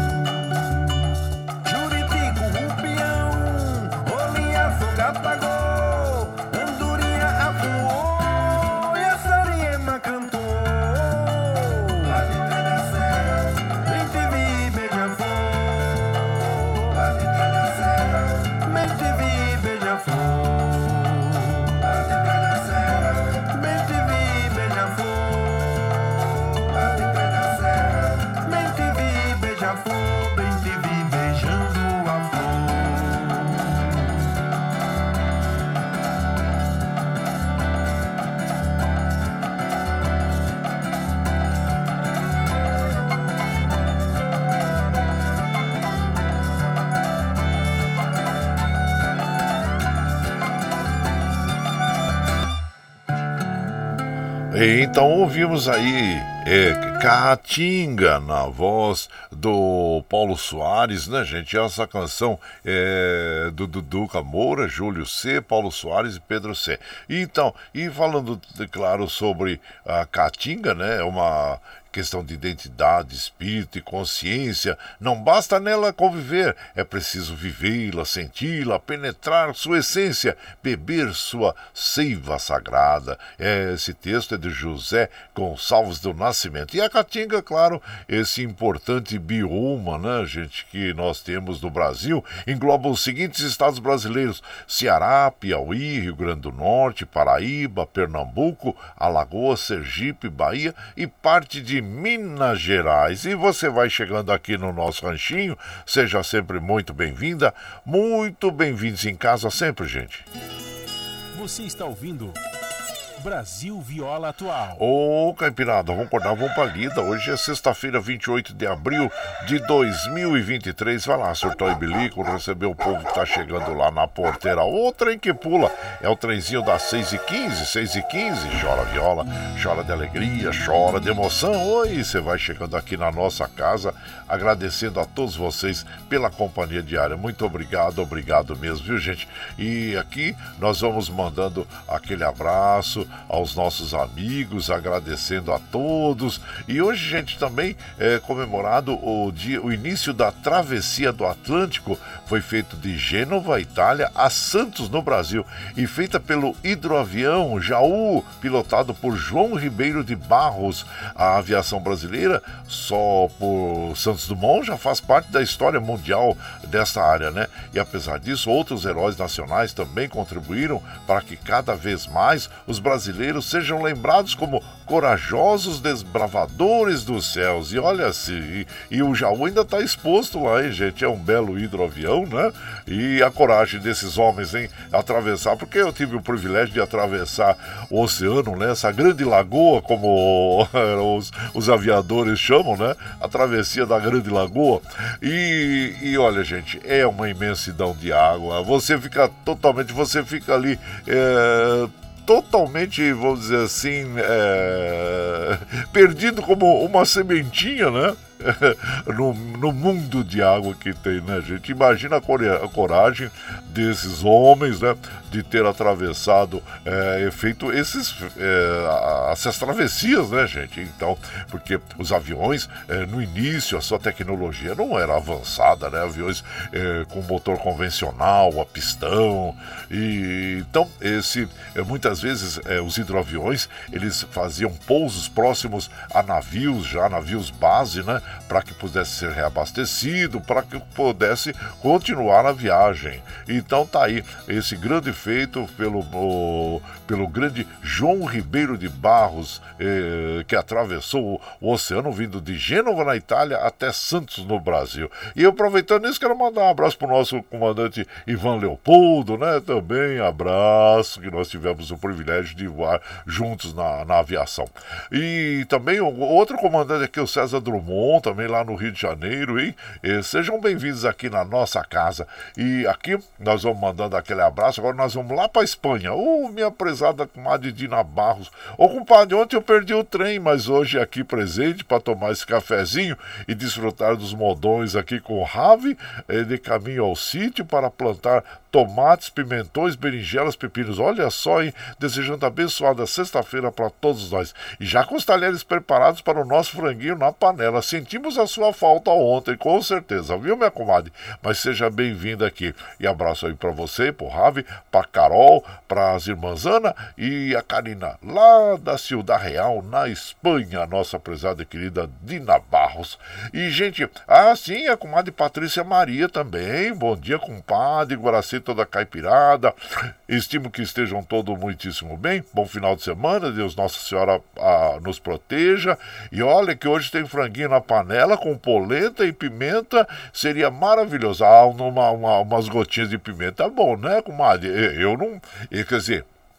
Juritico, Rupião, Olinha, Songa, Pagode. Então ouvimos aí Caatinga na voz do Paulo Soares, né, gente? Essa canção é do Duca Moura, Júlio C., Paulo Soares e Pedro C. Então, e falando, claro, sobre a Caatinga, né? Uma questão de identidade, espírito e consciência. Não basta nela conviver, é preciso vivê-la, senti-la, penetrar sua essência, beber sua seiva sagrada. Esse texto é de José Gonçalves do Nascimento. E a Caatinga, claro, esse importante bioma, né, gente, que nós temos no Brasil, engloba os seguintes estados brasileiros: Ceará, Piauí, Rio Grande do Norte, Paraíba, Pernambuco, Alagoas, Sergipe, Bahia e parte de Minas Gerais. E você vai chegando aqui no nosso ranchinho, seja sempre muito bem-vinda, muito bem-vindos em casa sempre, gente. Você está ouvindo Brasil Viola Atual. Ô, Caipirada, vamos acordar, vamos pra lida. Hoje é sexta-feira, 28 de abril de 2023. Vai lá, surtou e bilico, receber o povo que tá chegando lá na porteira. O trem que pula é o trenzinho das 6h15, 6h15. Chora viola, chora de alegria, chora de emoção. Oi, você vai chegando aqui na nossa casa, agradecendo a todos vocês pela companhia diária. Muito obrigado, obrigado mesmo, viu, gente? E aqui nós vamos mandando aquele abraço aos nossos amigos, agradecendo a todos. E hoje, gente, também é comemorado o início da travessia do Atlântico. Foi feito de Gênova, Itália, a Santos, no Brasil, e feita pelo hidroavião Jaú, pilotado por João Ribeiro de Barros. A aviação brasileira, só por Santos Dumont, já faz parte da história mundial dessa área, né? E apesar disso, outros heróis nacionais também contribuíram para que cada vez mais os brasileiros sejam lembrados como corajosos desbravadores dos céus. E olha assim, e o Jaú ainda está exposto lá, hein, gente? É um belo hidroavião, né? E a coragem desses homens em atravessar, porque eu tive o privilégio de atravessar o oceano, né? Essa grande lagoa, como os aviadores chamam, né? A travessia da grande lagoa. E olha, gente, é uma imensidão de água. Você fica ali totalmente, vamos dizer assim, perdido como uma sementinha, né? No mundo de água que tem, né, gente? Imagina a coragem desses homens, né, de ter atravessado feito essas travessias, né, gente? Então, porque os aviões, no início, a sua tecnologia não era avançada, né? Aviões com motor convencional, a pistão, e então muitas vezes os hidroaviões, eles faziam pousos próximos a navios base, né, para que pudesse ser reabastecido, para que pudesse continuar a viagem. Então tá aí esse grande feito pelo grande João Ribeiro de Barros, que atravessou o oceano vindo de Gênova, na Itália, até Santos, no Brasil. E aproveitando isso, quero mandar um abraço pro nosso comandante Ivan Leopoldo, né? Também abraço, que nós tivemos o privilégio de voar juntos na aviação. E também o outro comandante aqui, o César Drummond, também lá no Rio de Janeiro, hein? Sejam bem-vindos aqui na nossa casa. E aqui nós vamos mandando aquele abraço. Agora nós vamos lá para Espanha. Minha prezada comadre Dina Barros. Compadre, ontem eu perdi o trem, mas hoje aqui presente para tomar esse cafezinho e desfrutar dos modões aqui com o Ravi, de caminho ao sítio para plantar tomates, pimentões, berinjelas, pepinos. Olha só, hein? Desejando abençoada sexta-feira para todos nós. E já com os talheres preparados para o nosso franguinho na panela. Sentimos a sua falta ontem, com certeza, viu, minha comadre? Mas seja bem-vinda aqui. E abraço aí para você, pro Ravi, pra Carol, pras irmãs Ana e a Karina, lá da Ciudad Real, na Espanha, nossa prezada e querida Dina Barros. E, gente, sim, a comadre Patrícia Maria também. Bom dia, compadre, Guaracê, toda caipirada. Estimo que estejam todos muitíssimo bem. Bom final de semana, Deus Nossa Senhora nos proteja. E olha que hoje tem franguinho na panela com polenta e pimenta, seria maravilhoso. Umas gotinhas de pimenta, bom, né, comadre? Eu não... Quer dizer,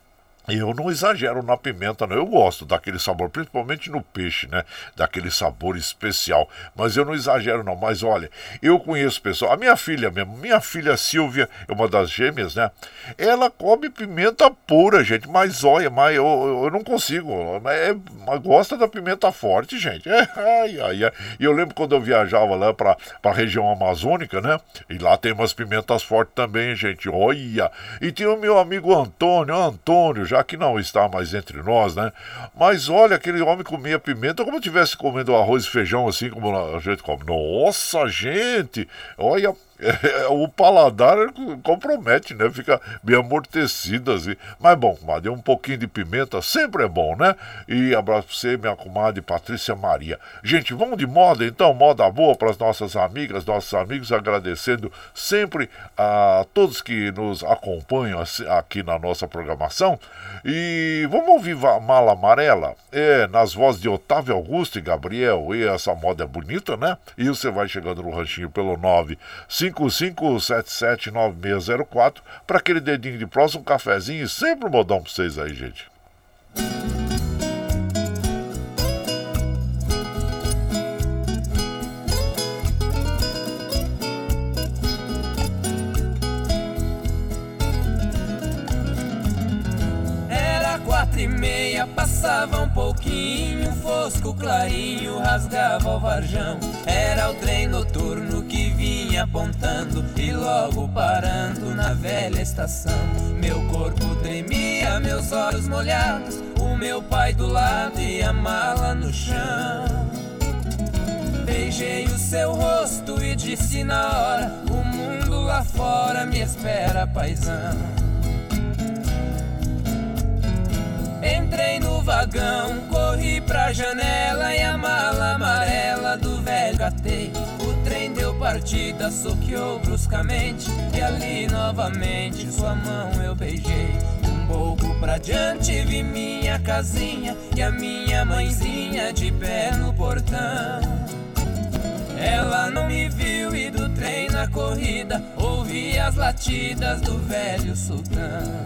Eu não exagero na pimenta, não. Eu gosto daquele sabor, principalmente no peixe, né? Daquele sabor especial. Mas eu não exagero, não. Mas olha, eu conheço pessoas. A minha filha mesmo, minha filha Silvia, é uma das gêmeas, né? Ela come pimenta pura, gente. Mas olha, eu não consigo. Gosta da pimenta forte, gente. E eu lembro quando eu viajava lá pra região amazônica, né? E lá tem umas pimentas fortes também, gente. Olha! E tinha o meu amigo Antônio, já que não está mais entre nós, né? Mas olha, aquele homem comia pimenta como se estivesse comendo arroz e feijão, assim como a gente come. Nossa, gente! Olha, o paladar compromete, né? Fica bem amortecido, assim. Mas bom, deu um pouquinho de pimenta, sempre é bom, né? E abraço pra você, minha comadre Patrícia Maria. Gente, vamos de moda, então? Moda boa para as nossas amigas, nossos amigos, agradecendo sempre a todos que nos acompanham aqui na nossa programação. E vamos ouvir Mala Amarela, nas vozes de Otávio Augusto e Gabriel. E essa moda é bonita, né? E você vai chegando no ranchinho pelo 955779604 para aquele dedinho de próximo, um cafezinho e sempre um modão pra vocês aí, gente. Era 4:30, passava um pouquinho, fosco clarinho, rasgava o varjão. Era o trem noturno que vinha apontando e logo parando na velha estação. Meu corpo tremia, meus olhos molhados, o meu pai do lado e a mala no chão. Beijei o seu rosto e disse na hora: o mundo lá fora me espera, paizão. Entrei no vagão, corri pra janela e a mala amarela do velho catei. O trem deu partida, soqueou bruscamente e ali novamente sua mão eu beijei. Um pouco pra diante vi minha casinha e a minha mãezinha de pé no portão. Ela não me viu e do trem na corrida ouvi as latidas do velho sultão.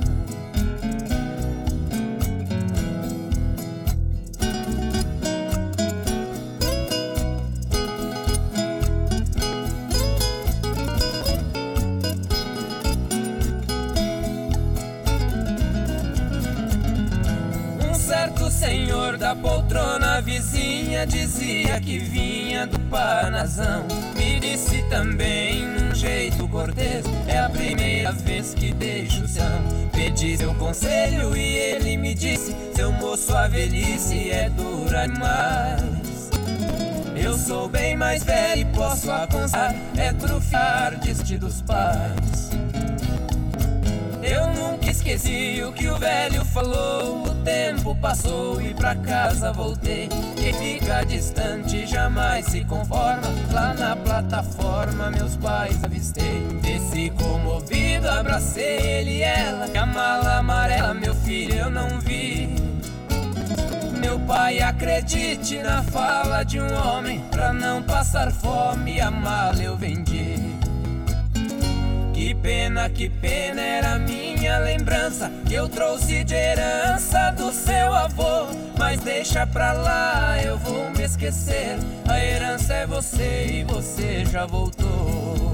Senhor da poltrona vizinha dizia que vinha do Parnasão. Me disse também num jeito cortês: é a primeira vez que deixo o chão. Pedi seu conselho e ele me disse: seu moço, a velhice é dura demais. Eu sou bem mais velho e posso aconselhar, é trufiar deste dos pais. Eu nunca esqueci o que o velho falou. O tempo passou e pra casa voltei. Quem fica distante jamais se conforma. Lá na plataforma meus pais avistei. Desci comovido, abracei ele e ela. E a mala amarela, meu filho, eu não vi. Meu pai, acredite na fala de um homem. Pra não passar fome, a mala eu vendi. Que pena era minha lembrança que eu trouxe de herança do seu avô. Mas deixa pra lá, eu vou me esquecer. A herança é você e você já voltou.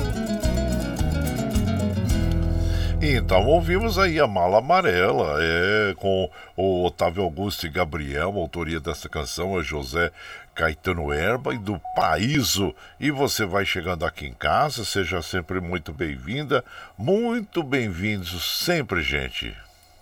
Então ouvimos aí a Mala Amarela, com o Otávio Augusto e Gabriel. A autoria dessa canção é José Caetano Herba e do Paraíso. E você vai chegando aqui em casa, seja sempre muito bem-vinda, muito bem-vindos sempre, gente.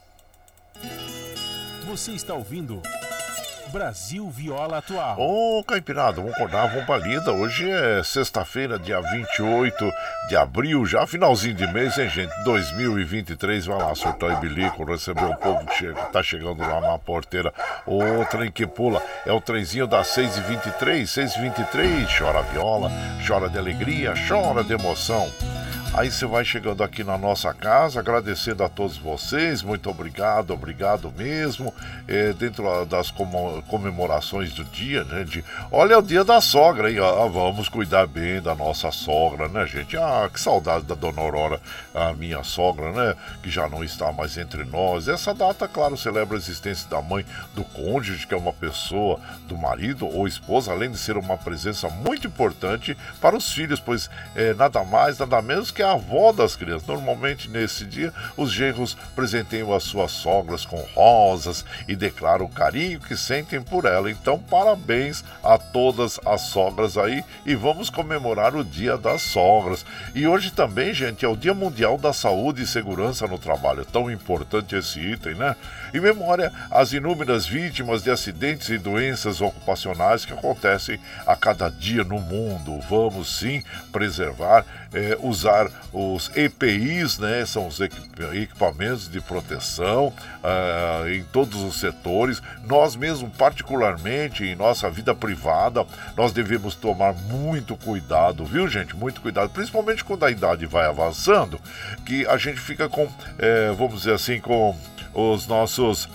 Você está ouvindo Brasil Viola Atual. Ô, Caipirada, vamos acordar, vamos pra lida. Hoje é sexta-feira, dia 28 de abril, já finalzinho de mês, hein, gente? 2023, vai lá, surtar e bilico, receber o povo que tá chegando lá na porteira. O trem que pula é o trenzinho das 6h23, 6h23, chora viola, chora de alegria, chora de emoção. Aí você vai chegando aqui na nossa casa, agradecendo a todos vocês, muito obrigado, obrigado mesmo. Dentro das comemorações do dia, né? Olha, é o dia da sogra, hein? Vamos cuidar bem da nossa sogra, né, gente? Que saudade da dona Aurora, a minha sogra, né? Que já não está mais entre nós. Essa data, claro, celebra a existência da mãe do cônjuge, que é uma pessoa, do marido ou esposa, além de ser uma presença muito importante para os filhos, pois nada mais, nada menos que a avó das crianças. Normalmente nesse dia os genros presenteiam as suas sogras com rosas e declaram o carinho que sentem por ela. Então parabéns a todas as sogras aí e vamos comemorar o Dia das Sogras. E hoje também, gente, é o Dia Mundial da Saúde e Segurança no Trabalho. Tão importante esse item, né? Em memória às inúmeras vítimas de acidentes e doenças ocupacionais que acontecem a cada dia no mundo. Vamos sim preservar, usar os EPIs, né? São os equipamentos de proteção em todos os setores. Nós mesmo, particularmente em nossa vida privada, nós devemos tomar muito cuidado, viu, gente? Muito cuidado, principalmente quando a idade vai avançando, que a gente fica com, vamos dizer assim, com os nossos...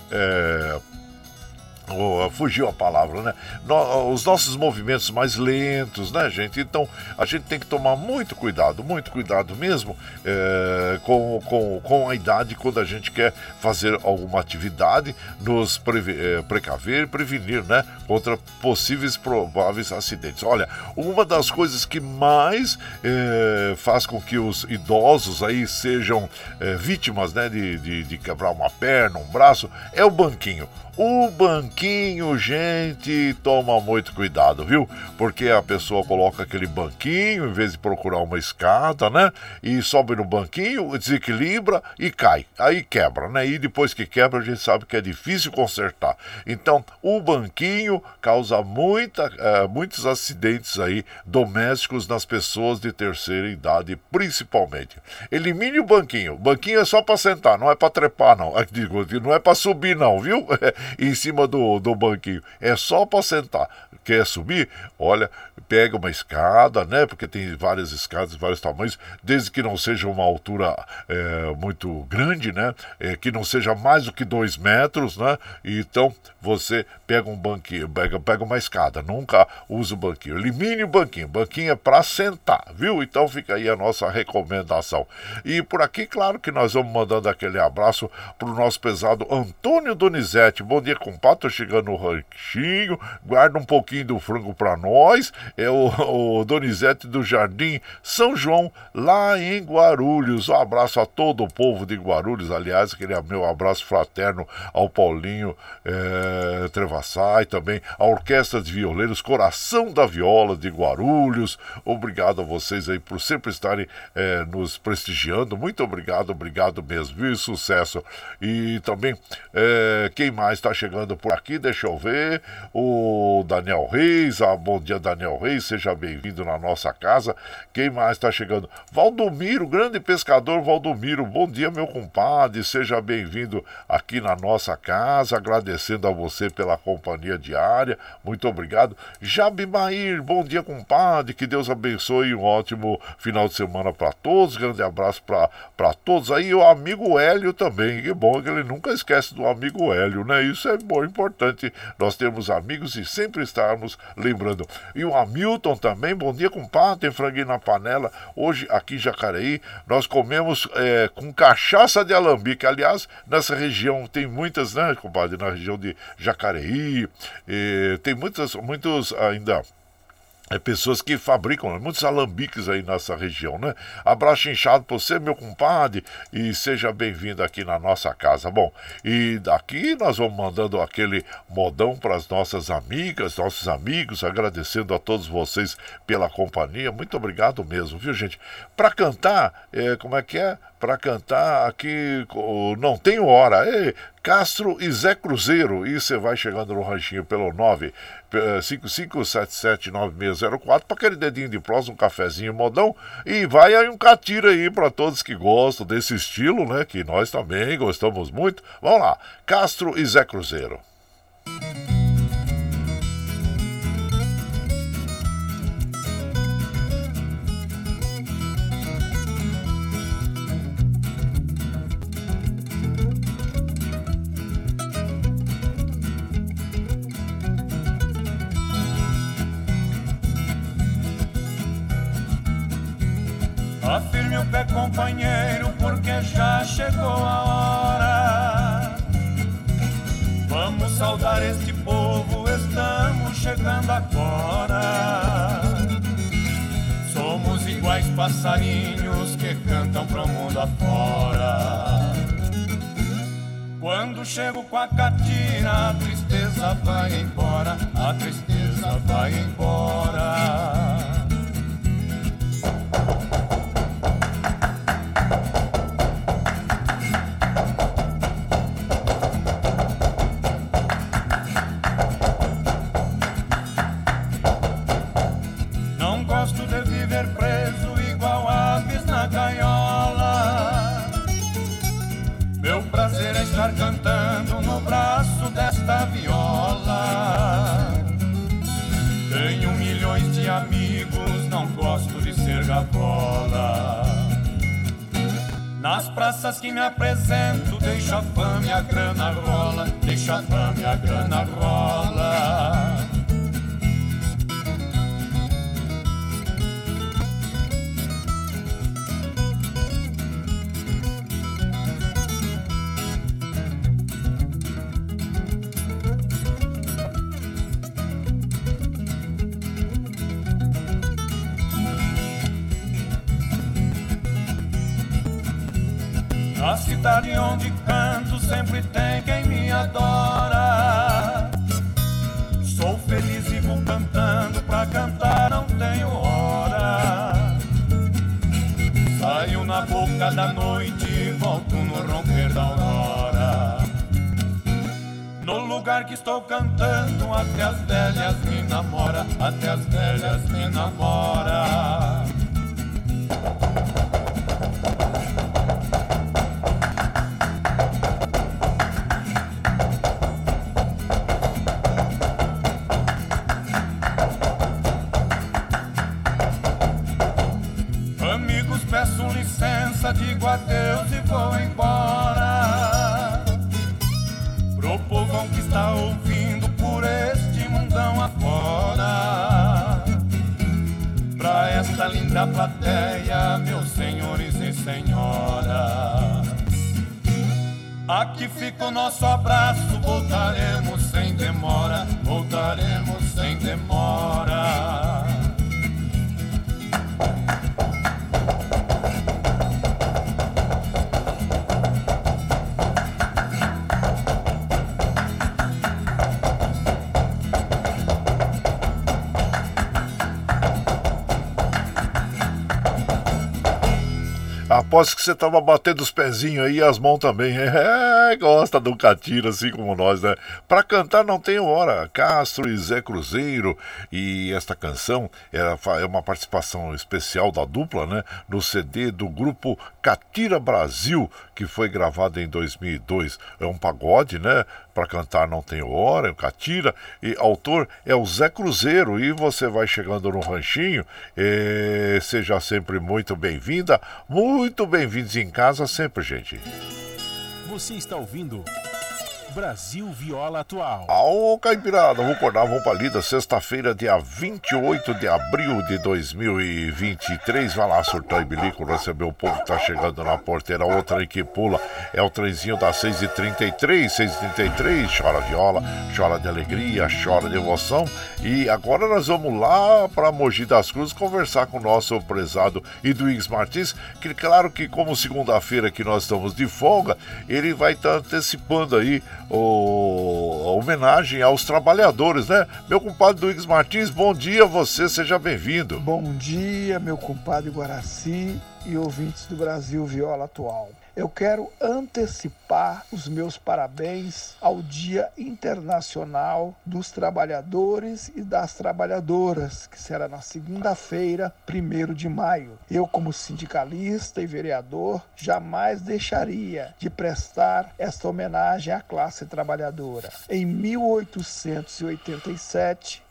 fugiu a palavra, né? Os nossos movimentos mais lentos, né, gente? Então a gente tem que tomar muito cuidado mesmo com a idade quando a gente quer fazer alguma atividade, nos precaver, prevenir, né, contra possíveis prováveis acidentes. Olha, uma das coisas que mais faz com que os idosos aí sejam vítimas, né, de quebrar uma perna, um braço, é o banquinho. O banquinho, gente, toma muito cuidado, viu? Porque a pessoa coloca aquele banquinho, em vez de procurar uma escada, né? E sobe no banquinho, desequilibra e cai. Aí quebra, né? E depois que quebra, a gente sabe que é difícil consertar. Então, o banquinho causa muitos acidentes aí domésticos nas pessoas de terceira idade, principalmente. Elimine o banquinho. O banquinho é só para sentar, não é para trepar, não. Não é para subir, não, viu? Em cima do banquinho. É só para sentar. Quer subir? Olha, pega uma escada, né? Porque tem várias escadas de vários tamanhos, desde que não seja uma altura muito grande, né? Que não seja mais do que 2 metros, né? Então você pega um banquinho, pega uma escada, nunca usa o banquinho. Elimine o banquinho. Banquinho é para sentar, viu? Então fica aí a nossa recomendação. E por aqui, claro que nós vamos mandando aquele abraço pro nosso pesado Antônio Donizete. Bom dia, compadre. Tô chegando no ranchinho. Guarda um pouquinho do frango pra nós. É o Donizete do Jardim São João, lá em Guarulhos. Um abraço a todo o povo de Guarulhos. Aliás, aquele meu abraço fraterno ao Paulinho Trevassai, também a Orquestra de Violeiros Coração da Viola de Guarulhos. Obrigado a vocês aí por sempre estarem nos prestigiando. Muito obrigado mesmo, viu? Sucesso. E também, quem mais está chegando por aqui? Deixa eu ver. O Daniel Reis. Bom dia, Daniel Reis. Seja bem-vindo na nossa casa. Quem mais está chegando? Valdomiro, grande pescador Valdomiro. Bom dia, meu compadre. Seja bem-vindo aqui na nossa casa. Agradecendo a você pela companhia diária. Muito obrigado. Jabimair, bom dia, compadre. Que Deus abençoe. Um ótimo final de semana para todos. Grande abraço para todos aí. E o amigo Hélio também. Que bom que ele nunca esquece do amigo Hélio, né? Isso é bom, importante. Nós temos amigos e sempre estarmos lembrando. E o Hamilton também. Bom dia, compadre. Tem franguinho na panela. Hoje, aqui em Jacareí, nós comemos com cachaça de alambique. Aliás, nessa região tem muitas, né, compadre? Na região de Jacareí, tem muitos ainda pessoas que fabricam muitos alambiques aí nessa região, né? Abraço inchado pra você, meu compadre, e seja bem-vindo aqui na nossa casa. Bom, e daqui nós vamos mandando aquele modão para as nossas amigas, nossos amigos, agradecendo a todos vocês pela companhia. Muito obrigado mesmo, viu, gente? Para cantar, como é que é? Para cantar aqui, não tenho hora. Castro e Zé Cruzeiro. E você vai chegando no ranchinho pelo 955779604 para aquele dedinho de prosa, um cafezinho modão. E vai aí um catira aí para todos que gostam desse estilo, né? Que nós também gostamos muito. Vamos lá, Castro e Zé Cruzeiro. café, companheiro, porque já chegou a hora. Vamos saudar este povo, estamos chegando agora. Somos iguais passarinhos que cantam pro mundo afora. Quando chego com a catira, a tristeza vai embora, a tristeza vai embora. Não gosto de viver preso igual aves na gaiola. Meu prazer é estar cantando no braço desta viola. Tenho milhões de amigos, não gosto de ser gabola. Nas praças que me apresento, deixo a fama e a grana rola, deixo a fama e a grana rola. Na cidade onde canto sempre tem quem me adora. Sou feliz e vou cantando, pra cantar não tenho hora. Saio na boca da noite e volto no romper da aurora. No lugar que estou cantando, até as velhas me namoram, até as velhas me namoram. Peço licença, digo adeus e vou embora pro povão que está ouvindo por este mundão afora. Pra esta linda plateia, meus senhores e senhoras, aqui fica o nosso abraço, voltaremos sem demora, voltaremos sem demora. Aposto que você tava batendo os pezinhos aí e as mãos também. Gosta do catira, assim como nós, né? Pra cantar não tem hora. Castro e Zé Cruzeiro. E esta canção é uma participação especial da dupla, né? No CD do grupo Catira Brasil, que foi gravado em 2002. É um pagode, né? Pra cantar não tem hora, é o catira. E autor é o Zé Cruzeiro. E você vai chegando no ranchinho. Seja sempre muito bem-vinda. Muito bem-vindos em casa sempre, gente. Você está ouvindo Brasil Viola Atual. Ô, Caipirada, vamos acordar, vamos pra lida. Sexta-feira, dia 28 de abril de 2023. Vai lá, surtar e bilico, receber o povo que tá chegando na porteira. Outra aí que pula é o trenzinho das 6h33. 6h33, chora viola, chora de alegria, chora de emoção. E agora nós vamos lá pra Mogi das Cruzes conversar com o nosso prezado Eduígues Martins, que claro que como segunda-feira que nós estamos de folga, ele vai estar antecipando aí a homenagem aos trabalhadores, né? Meu compadre Eduígues Martins, bom dia a você, seja bem-vindo. Bom dia, meu compadre Guaraci e ouvintes do Brasil Viola Atual. Eu quero antecipar os meus parabéns ao Dia Internacional dos Trabalhadores e das Trabalhadoras, que será na segunda-feira, 1º de maio. Eu, como sindicalista e vereador, jamais deixaria de prestar esta homenagem à classe trabalhadora. Em 1887,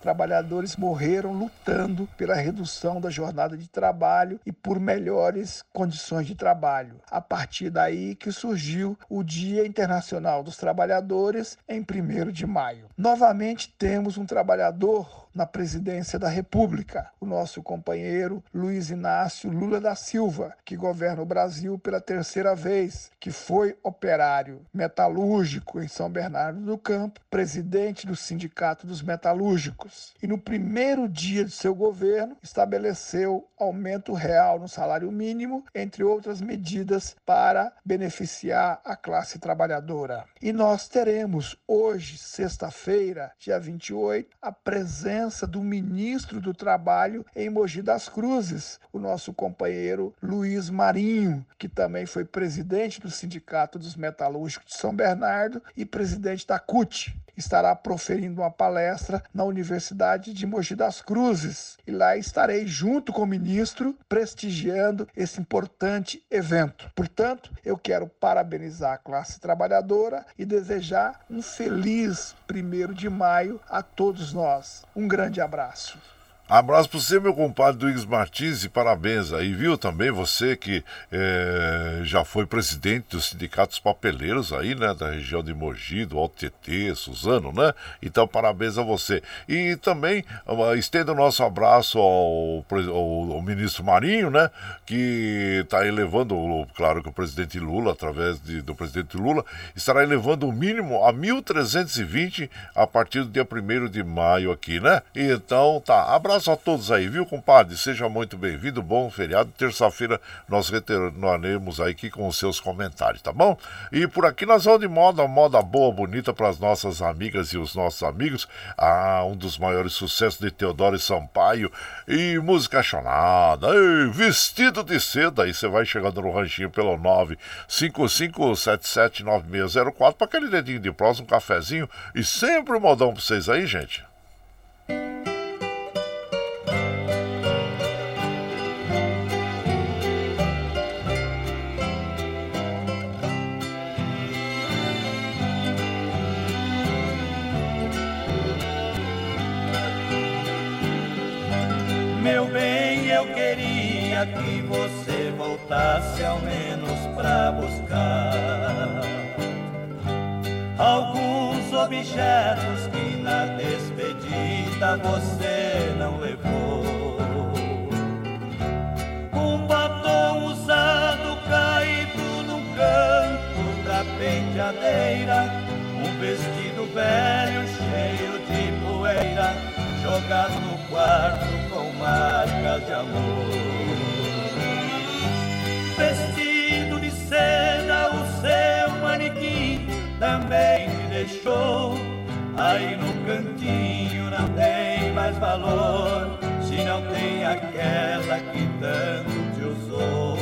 trabalhadores morreram lutando pela redução da jornada de trabalho e por melhores condições de trabalho. A partir daí que surgiu o Dia Internacional dos Trabalhadores em 1º de maio. Novamente temos um trabalhador na presidência da República, o nosso companheiro Luiz Inácio Lula da Silva, que governa o Brasil pela 3ª vez, que foi operário metalúrgico em São Bernardo do Campo, presidente do Sindicato dos Metalúrgicos. E no primeiro dia de seu governo, estabeleceu aumento real no salário mínimo, entre outras medidas para beneficiar a classe trabalhadora. E nós teremos hoje, sexta-feira, dia 28, a presença do ministro do Trabalho em Mogi das Cruzes, o nosso companheiro Luiz Marinho, que também foi presidente do Sindicato dos Metalúrgicos de São Bernardo e presidente da CUT. Estará proferindo uma palestra na Universidade de Mogi das Cruzes. E lá estarei junto com o ministro, prestigiando esse importante evento. Portanto, eu quero parabenizar a classe trabalhadora e desejar um feliz 1º de maio a todos nós. Um grande abraço. Abraço para você, meu compadre Duígues Martins, e parabéns aí, viu? Também você que já foi presidente dos sindicatos papeleiros aí, né? Da região de Mogi, do Alto Tietê, Suzano, né? Então, parabéns a você. E também estendo o nosso abraço ao ministro Marinho, né? Que está elevando, claro que o presidente Lula, através do presidente Lula, estará elevando o mínimo a 1.320 a partir do dia 1º de maio aqui, né? Então, tá, abraço a todos aí, viu, compadre? Seja muito bem-vindo, bom feriado. Terça-feira nós retornaremos aí aqui com os seus comentários, tá bom? E por aqui nós vamos de moda boa, bonita para as nossas amigas e os nossos amigos. Um dos maiores sucessos de Teodoro Sampaio e música chonada. Ei, Vestido de Seda. Aí você vai chegando no ranchinho pelo 955779604 para aquele dedinho de prosa, um cafezinho e sempre um modão para vocês aí, gente. Meu bem, eu queria que você voltasse ao menos pra buscar alguns objetos que na despedida você não levou. Um batom usado caído num canto da penteadeira, um vestido velho cheio de poeira jogado no quarto com marcas de amor. Vestido de seda, o seu manequim também te deixou. Aí no cantinho não tem mais valor, se não tem aquela que tanto te usou.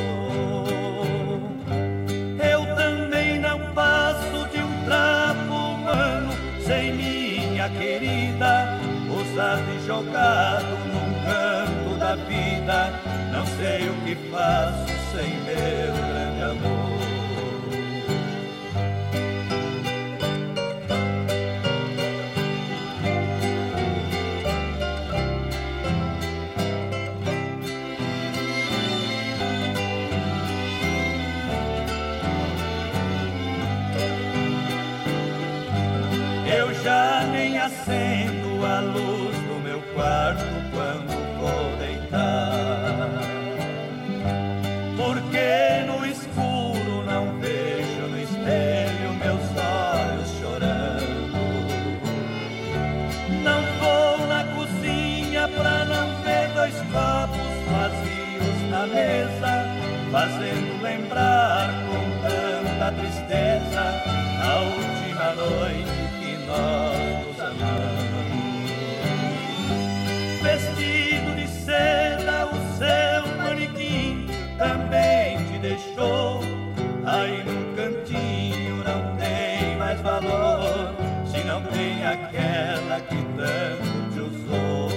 Eu também não passo de um trapo humano sem minha querida, usado e jogado num canto da vida. Não sei o que faço sem meu grande amor. Eu já nem acendo a luz do meu quarto quando vou deitar, porque no escuro não vejo no espelho meus olhos chorando. Não vou na cozinha pra não ver dois copos vazios na mesa, fazendo lembrar com tanta tristeza a última noite nós nos amamos. Vestido de seda, o seu manequim também te deixou. Aí num cantinho não tem mais valor, se não tem aquela que tanto te usou.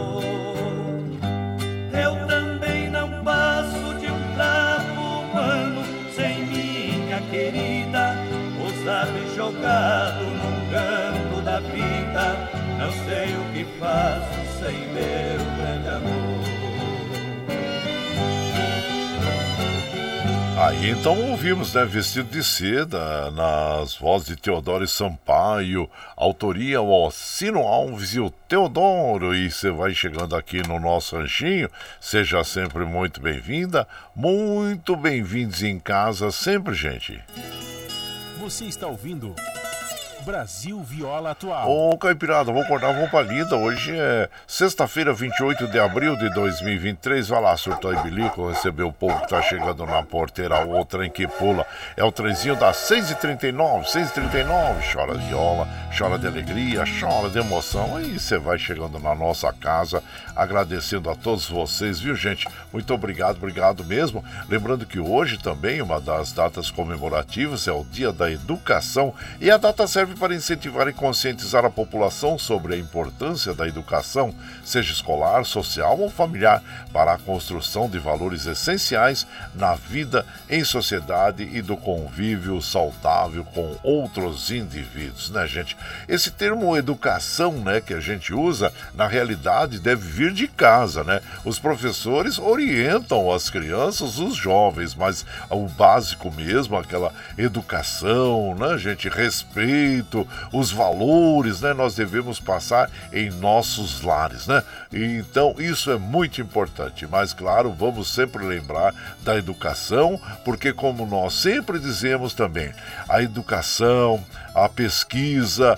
Eu também não passo de um trapo humano sem minha querida, usado e jogado num canto da da vida, não sei o que faço sem meu grande amor. Aí então ouvimos, né, Vestido de Seda, nas vozes de Teodoro Sampaio, autoria o Alcino Alves e o Teodoro. E você vai chegando aqui no nosso ranchinho, seja sempre muito bem-vinda, muito bem-vindos em casa sempre, gente. Você está ouvindo Brasil Viola Atual. Ô, Caipirada, vou acordar, vamos pra lida. Hoje é sexta-feira, 28 de abril de 2023. Vai lá, surtou e bilico, recebeu o povo que tá chegando na porteira, o trem que pula. É o trenzinho das 6h39, 6h39. Chora viola, chora de alegria, chora de emoção. Aí você vai chegando na nossa casa, agradecendo a todos vocês, viu, gente? Muito obrigado, obrigado mesmo. Lembrando que hoje também, uma das datas comemorativas é o Dia da Educação, e a data serve para incentivar e conscientizar a população sobre a importância da educação, seja escolar, social ou familiar, para a construção de valores essenciais na vida em sociedade e do convívio saudável com outros indivíduos, né, gente? Esse termo educação, né, que a gente usa, na realidade deve vir de casa, né? Os professores orientam as crianças, os jovens, mas o básico mesmo, aquela educação, né, gente? Respeito, os valores, né, nós devemos passar em nossos lares, né? Então isso é muito importante, mas claro, vamos sempre lembrar da educação, porque como nós sempre dizemos também, a educação, a pesquisa,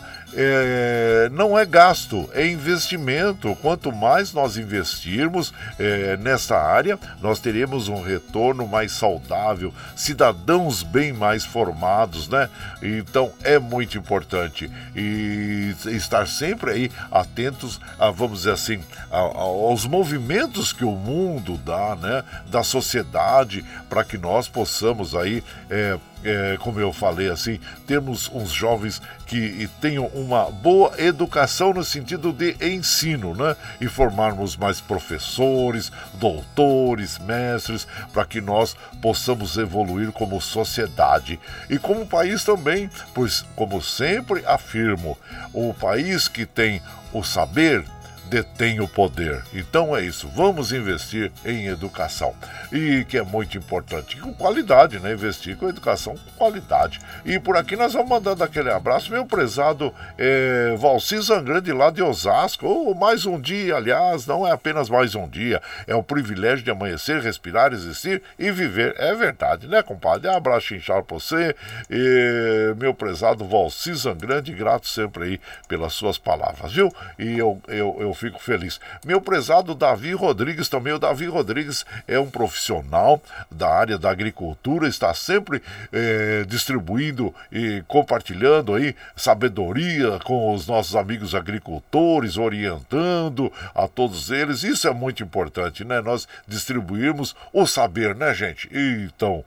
não é gasto, é investimento. Quanto mais nós investirmos nessa área, nós teremos um retorno mais saudável, cidadãos bem mais formados, né? Então é muito importante e estar sempre aí atentos a, vamos dizer assim, aos movimentos que o mundo dá, né? Da sociedade, para que nós possamos aí como eu falei assim, termos uns jovens que tenham uma boa educação no sentido de ensino, né? E formarmos mais professores, doutores, mestres, para que nós possamos evoluir como sociedade e como país também, pois, como sempre afirmo, o país que tem o saber detém o poder. Então é isso, vamos investir em educação, e que é muito importante, com qualidade, né? Investir com educação com qualidade. E por aqui nós vamos mandando aquele abraço, meu prezado Valci Zangrande lá de Osasco. Mais um dia, aliás, não é apenas mais um dia, é o privilégio de amanhecer, respirar, existir e viver. É verdade, né, compadre? Abraço inchado pra você, meu prezado Valci Zangrande, grato sempre aí pelas suas palavras, viu? E eu fico feliz. Meu prezado Davi Rodrigues também. O Davi Rodrigues é um profissional da área da agricultura, está sempre distribuindo e compartilhando aí sabedoria com os nossos amigos agricultores, orientando a todos eles. Isso é muito importante, né? Nós distribuirmos o saber, né, gente? Então,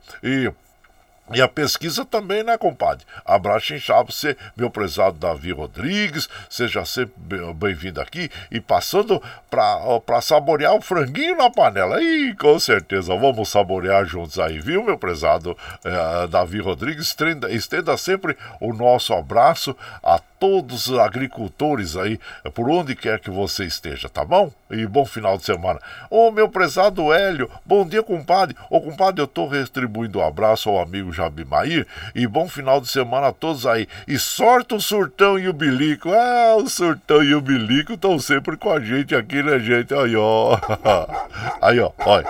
e a pesquisa também, né, compadre? Abraço inchado pra você, meu prezado Davi Rodrigues. Seja sempre bem-vindo aqui. E passando pra saborear o franguinho na panela. E com certeza vamos saborear juntos aí, viu, meu prezado Davi Rodrigues? Estenda sempre o nosso abraço a todos os agricultores aí, por onde quer que você esteja, tá bom? E bom final de semana. Ô, meu prezado Hélio, bom dia, compadre. Ô, compadre, eu tô retribuindo um abraço ao amigo Jabimair, e bom final de semana a todos aí. E sorte o Surtão e o Bilico. O Surtão e o Bilico estão sempre com a gente aqui, né, gente? Aí, ó. Aí, ó, olha.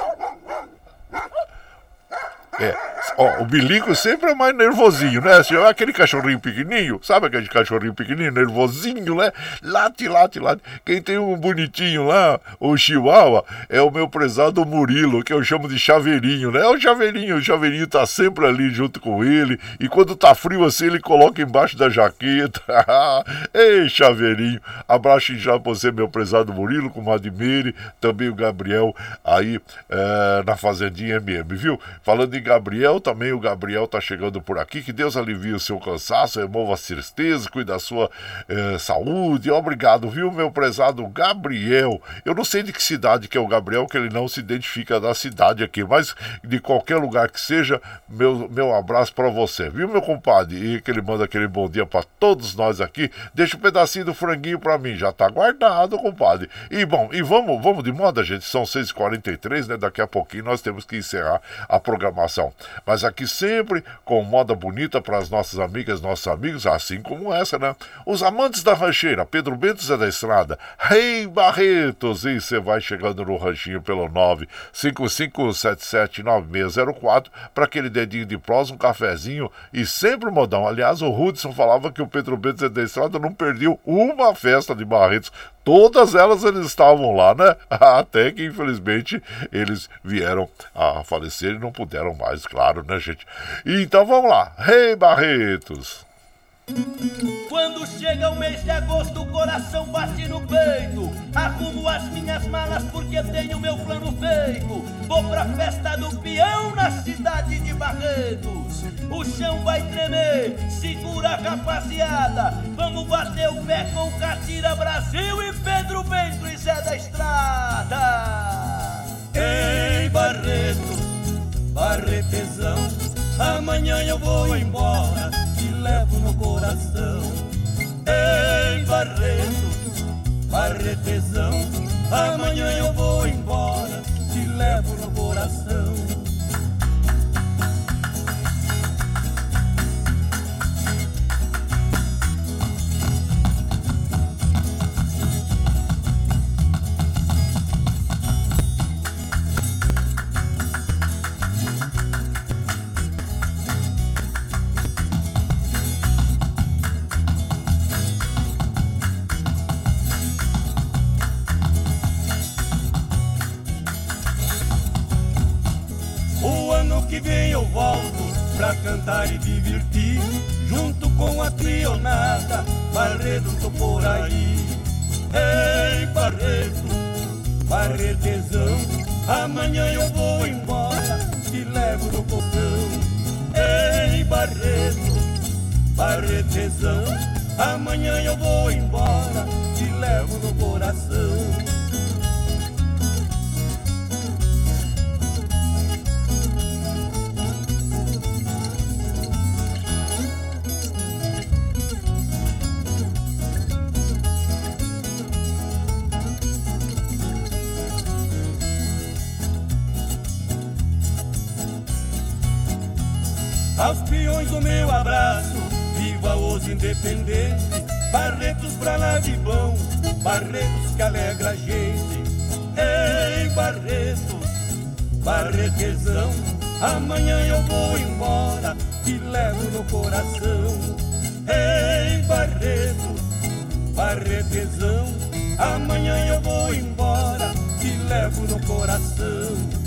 O Bilico sempre é mais nervosinho, né? Se é aquele cachorrinho pequenininho, sabe aquele cachorrinho pequenininho, nervosinho, né? Late. Quem tem um bonitinho lá, o Chihuahua, é o meu prezado Murilo, que eu chamo de Chaveirinho, né? O Chaveirinho tá sempre ali junto com ele, e quando tá frio assim, ele coloca embaixo da jaqueta. Ei, Chaveirinho, abraço já pra você, meu prezado Murilo, com o Madimere, também o Gabriel aí na Fazendinha MM, viu? Falando em Gabriel, também o Gabriel tá chegando por aqui. Que Deus alivie o seu cansaço, remova as tristezas, cuide da sua saúde. Obrigado, viu, meu prezado Gabriel. Eu não sei de que cidade que é o Gabriel, que ele não se identifica da cidade aqui, mas de qualquer lugar que seja, meu abraço pra você, viu, meu compadre? E que ele manda aquele bom dia pra todos nós aqui. Deixa um pedacinho do franguinho pra mim, já tá guardado, compadre. E bom, e vamos de moda, gente. São 6h43, né? Daqui a pouquinho nós temos que encerrar a programação. Mas aqui sempre com moda bonita para as nossas amigas, nossos amigos, assim como essa, né? Os amantes da rancheira, Pedro Bento Zé da Estrada, Rei Barretos. E você vai chegando no ranchinho pelo 955779604 para aquele dedinho de prós, um cafezinho e sempre modão. Aliás, o Hudson falava que o Pedro Bento Zé da Estrada não perdeu uma festa de Barretos. Todas elas eles estavam lá, né? Até que, infelizmente, eles vieram a falecer e não puderam mais, claro, né, gente? Então, vamos lá. Rei Barretos. Quando chega o mês de agosto, o coração bate no peito. Arrumo as minhas malas porque tenho meu plano feito. Vou pra festa do peão na cidade de Barretos. O chão vai tremer, segura a rapaziada. Vamos bater o pé com Catira Brasil e Pedro Bento e Zé da Estrada. Ei, Barretos, barretezão, amanhã eu vou embora, te levo no coração. Ei, Barretos, barretezão, amanhã eu vou embora, te levo no coração. Que vem eu volto pra cantar e divertir, junto com a trionada, Barreto tô por aí. Ei, Barreto, barretezão, amanhã eu vou embora, te levo no coração. Ei, Barreto, barretezão, amanhã eu vou embora, te levo no coração. Aos peões o meu abraço, viva os independentes, Barretos pra lá de bom, Barretos que alegra a gente. Ei, Barretos, barretezão, amanhã eu vou embora, te levo no coração. Ei, Barretos, barretezão, amanhã eu vou embora, te levo no coração.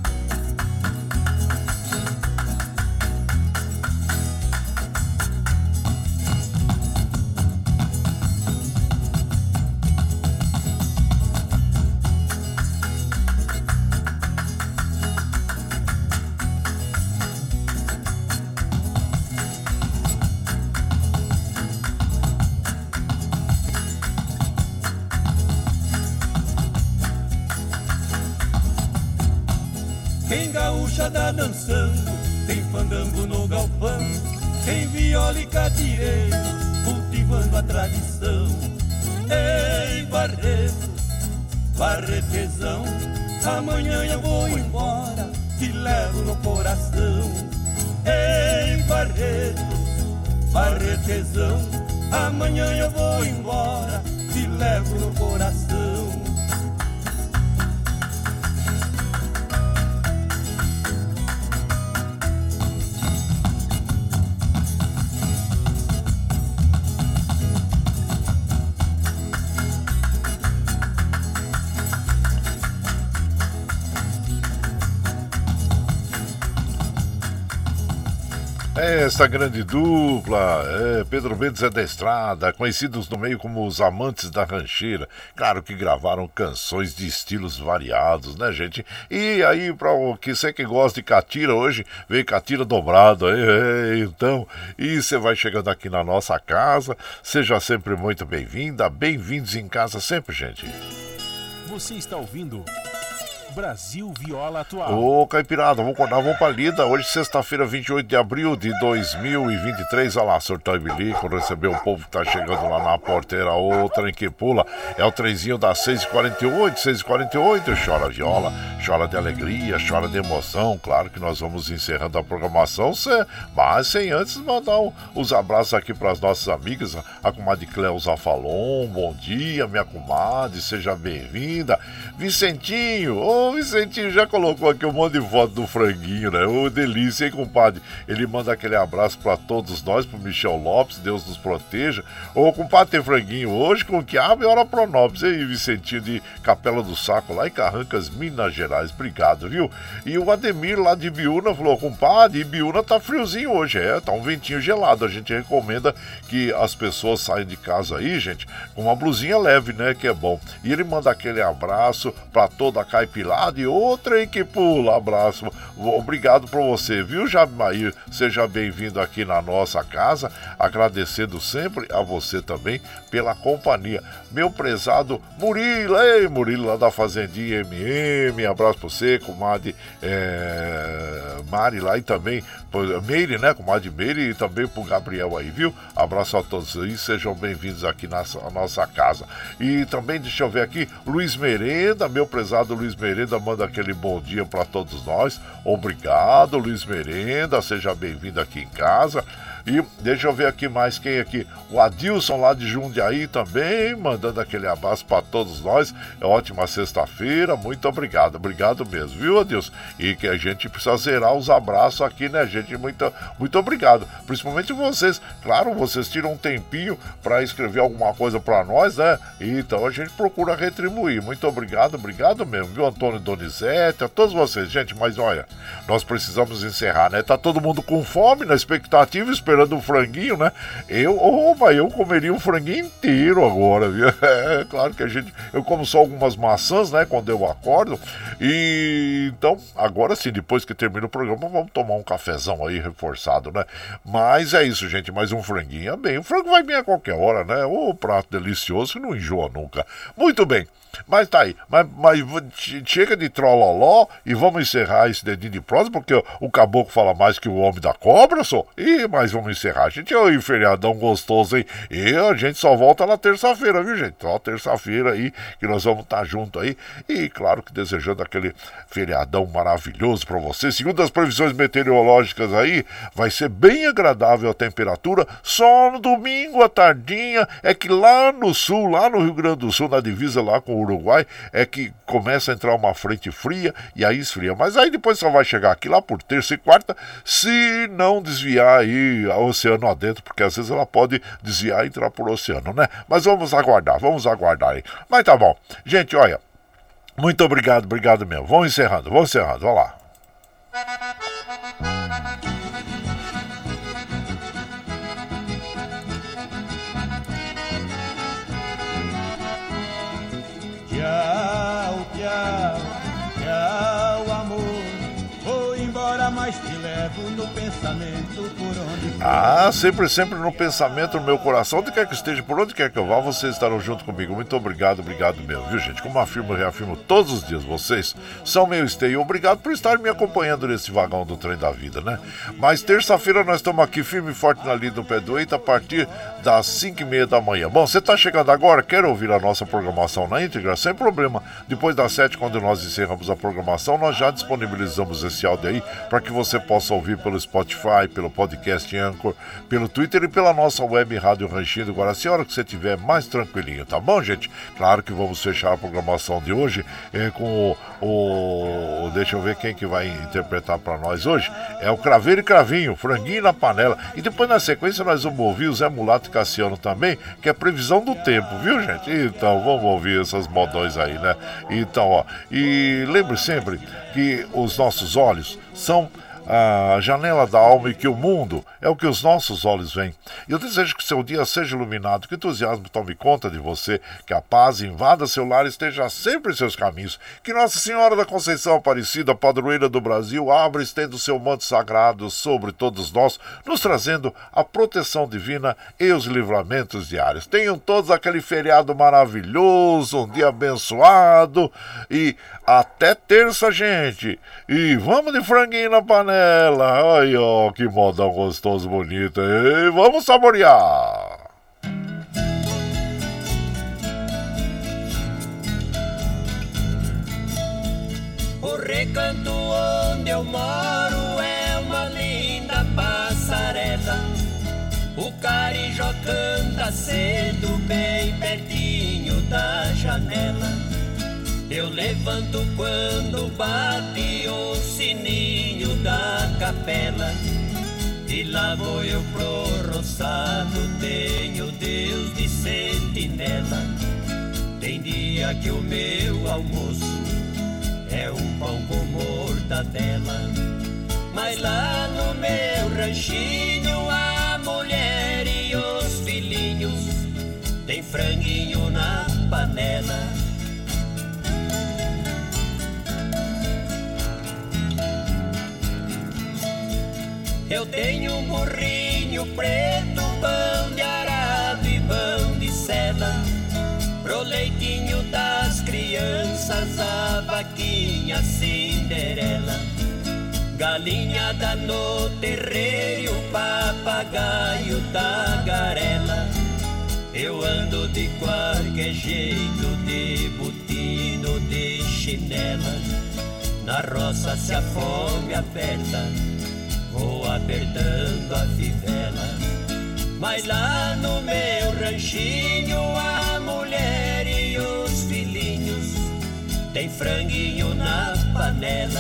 Tem gaúchada dançando, tem fandango no galpão, tem viola e catireiro, cultivando a tradição. Ei, Barretos, barretezão, amanhã eu vou embora, te levo no coração. Ei, Barretos, barretezão, amanhã eu vou embora, te levo no coração. Esta grande dupla, Pedro Mendes e da Estrada, conhecidos no meio como os amantes da rancheira. Claro que gravaram canções de estilos variados, né, gente? E aí, para você que gosta de catira, hoje veio catira dobrado, então, e você vai chegando aqui na nossa casa, seja sempre muito bem-vinda, bem-vindos em casa sempre, gente. Você está ouvindo Brasil Viola Atual. Ô, Caipirada, vamos acordar, vamos pra lida. Hoje, sexta-feira, 28 de abril de 2023. Olha lá, Surtão e Bilico, recebeu o povo que tá chegando lá na porteira. O trem que pula é o trenzinho das 6h48, 6h48. Chora viola, chora de alegria, chora de emoção. Claro que nós vamos encerrando a programação, mas sem antes mandar os abraços aqui pras nossas amigas. A comadre Cleusa Falon, bom dia, minha comadre, seja bem-vinda. Vicentinho, o Vicentinho já colocou aqui um monte de foto do franguinho, né? Ô, delícia, hein, compadre? Ele manda aquele abraço pra todos nós, pro Michel Lopes, Deus nos proteja. Ô, compadre, tem franguinho hoje com quiabo e hora pronopes. E aí, Vicentinho de Capela do Saco, lá em Carrancas, Minas Gerais. Obrigado, viu? E o Ademir, lá de Biúna, falou, compadre, Biúna tá friozinho hoje. Tá um ventinho gelado. A gente recomenda que as pessoas saiam de casa aí, gente, com uma blusinha leve, né? Que é bom. E ele manda aquele abraço pra toda a caipilada e outra aí que pula. Abraço. Obrigado por você, viu, Jabimair? Seja bem-vindo aqui na nossa casa. Agradecendo sempre a você também pela companhia. Meu prezado Murilo, ei, Murilo lá da Fazendinha MM. Abraço pra você, comadre Mari lá e também Meire, né, comadre Meire, e também pro Gabriel aí, viu? Abraço a todos aí, sejam bem-vindos aqui na nossa casa. E também, deixa eu ver aqui, Luiz Merenda, meu prezado Luiz Merenda, manda aquele bom dia para todos nós. Obrigado, Luiz Merenda, seja bem-vindo aqui em casa. E deixa eu ver aqui mais quem aqui. O Adilson lá de Jundiaí também, mandando aquele abraço para todos nós. É ótima sexta-feira, muito obrigado. Obrigado mesmo, viu, Adilson? E que a gente precisa zerar os abraços aqui, né, gente? Muito obrigado. Principalmente vocês. Claro, vocês tiram um tempinho para escrever alguma coisa para nós, né? Então a gente procura retribuir. Muito obrigado mesmo, viu, Antônio Donizete, a todos vocês, gente. Mas olha, nós precisamos encerrar, né? Tá todo mundo com fome, na expectativa, esperando um franguinho, né? Eu comeria um franguinho inteiro agora, viu? É claro que eu como só algumas maçãs, né? Quando eu acordo. E então, agora sim, depois que termina o programa, vamos tomar um cafezão aí reforçado, né? Mas é isso, gente. Mais um franguinho é bem. O frango vai bem a qualquer hora, né? Ô, prato delicioso que não enjoa nunca. Muito bem. Mas tá aí, mas chega de trololó e vamos encerrar esse dedinho de prosa, porque o caboclo fala mais que o homem da cobra, só. Mas vamos encerrar, gente. Oi, feriadão gostoso, hein? E a gente só volta na terça-feira, viu, gente? Só terça-feira aí que nós vamos estar junto aí. E claro que desejando aquele feriadão maravilhoso pra você. Segundo as previsões meteorológicas aí, vai ser bem agradável a temperatura. Só no domingo à tardinha é que lá no sul, lá no Rio Grande do Sul, na divisa lá com o Uruguai, é que começa a entrar uma frente fria e aí esfria. Mas aí depois só vai chegar aqui lá por terça e quarta, se não desviar aí o oceano adentro, porque às vezes ela pode desviar e entrar por oceano, né? Mas vamos aguardar aí. Mas tá bom. Gente, olha, muito obrigado mesmo. Vamos encerrando, vamos lá. Tchau, amor. Vou embora, mas te levo no pensamento por onde for. Sempre no pensamento, no meu coração. Onde quer que esteja, por onde quer que eu vá, vocês estarão junto comigo. Muito obrigado mesmo, viu, gente? Como afirmo e reafirmo todos os dias, vocês são meu esteio. Obrigado por estar me acompanhando nesse vagão do trem da vida, né? Mas terça-feira nós estamos aqui firme e forte na lida do pé do eito a partir das 5h30 da manhã. Bom, você está chegando agora, quer ouvir a nossa programação na íntegra? Sem problema. Depois das 7, quando nós encerramos a programação, nós já disponibilizamos esse áudio aí para que você possa ouvir pelo Spotify, pelo podcast Anchor, pelo Twitter e pela nossa web Rádio Ranchinho do Guaraci, a hora que você estiver mais tranquilinho, tá bom, gente? Claro que vamos fechar a programação de hoje com o deixa eu ver quem que vai interpretar para nós hoje. É o Craveiro e Cravinho, Franguinho na Panela. E depois na sequência nós vamos ouvir o Zé Mulato e Cassiano também, que é previsão do tempo, viu, gente? Então vamos ouvir essas modões aí, né? Então, ó, e lembre sempre que os nossos olhos são a janela da alma e que o mundo é o que os nossos olhos veem. E eu desejo que seu dia seja iluminado, que o entusiasmo tome conta de você, que a paz invada seu lar e esteja sempre em seus caminhos. Que Nossa Senhora da Conceição Aparecida, padroeira do Brasil, abra e estenda o seu manto sagrado sobre todos nós, nos trazendo a proteção divina e os livramentos diários. Tenham todos aquele feriado maravilhoso, um dia abençoado e até terça, gente. E vamos de franguinho na panela. Ai, ó, que modão gostoso, bonito. E vamos saborear. O recanto onde eu moro é uma linda passarela. O carijó canta cedo, bem pertinho da janela. Eu levanto quando bate o sininho da capela. E lá vou eu pro roçado, tenho Deus de sentinela. Tem dia que o meu almoço é um pão com mortadela. Mas lá no meu ranchinho a mulher e os filhinhos tem franguinho na panela. Eu tenho um burrinho preto, pão de arado e pão de seda. Pro leitinho das crianças, a vaquinha Cinderela. Galinhada no terreiro e o papagaio tagarela. Eu ando de qualquer jeito, de botina, de chinela. Na roça se a fome aperta, vou apertando a fivela. Mas lá no meu ranchinho a mulher e os filhinhos tem franguinho na panela.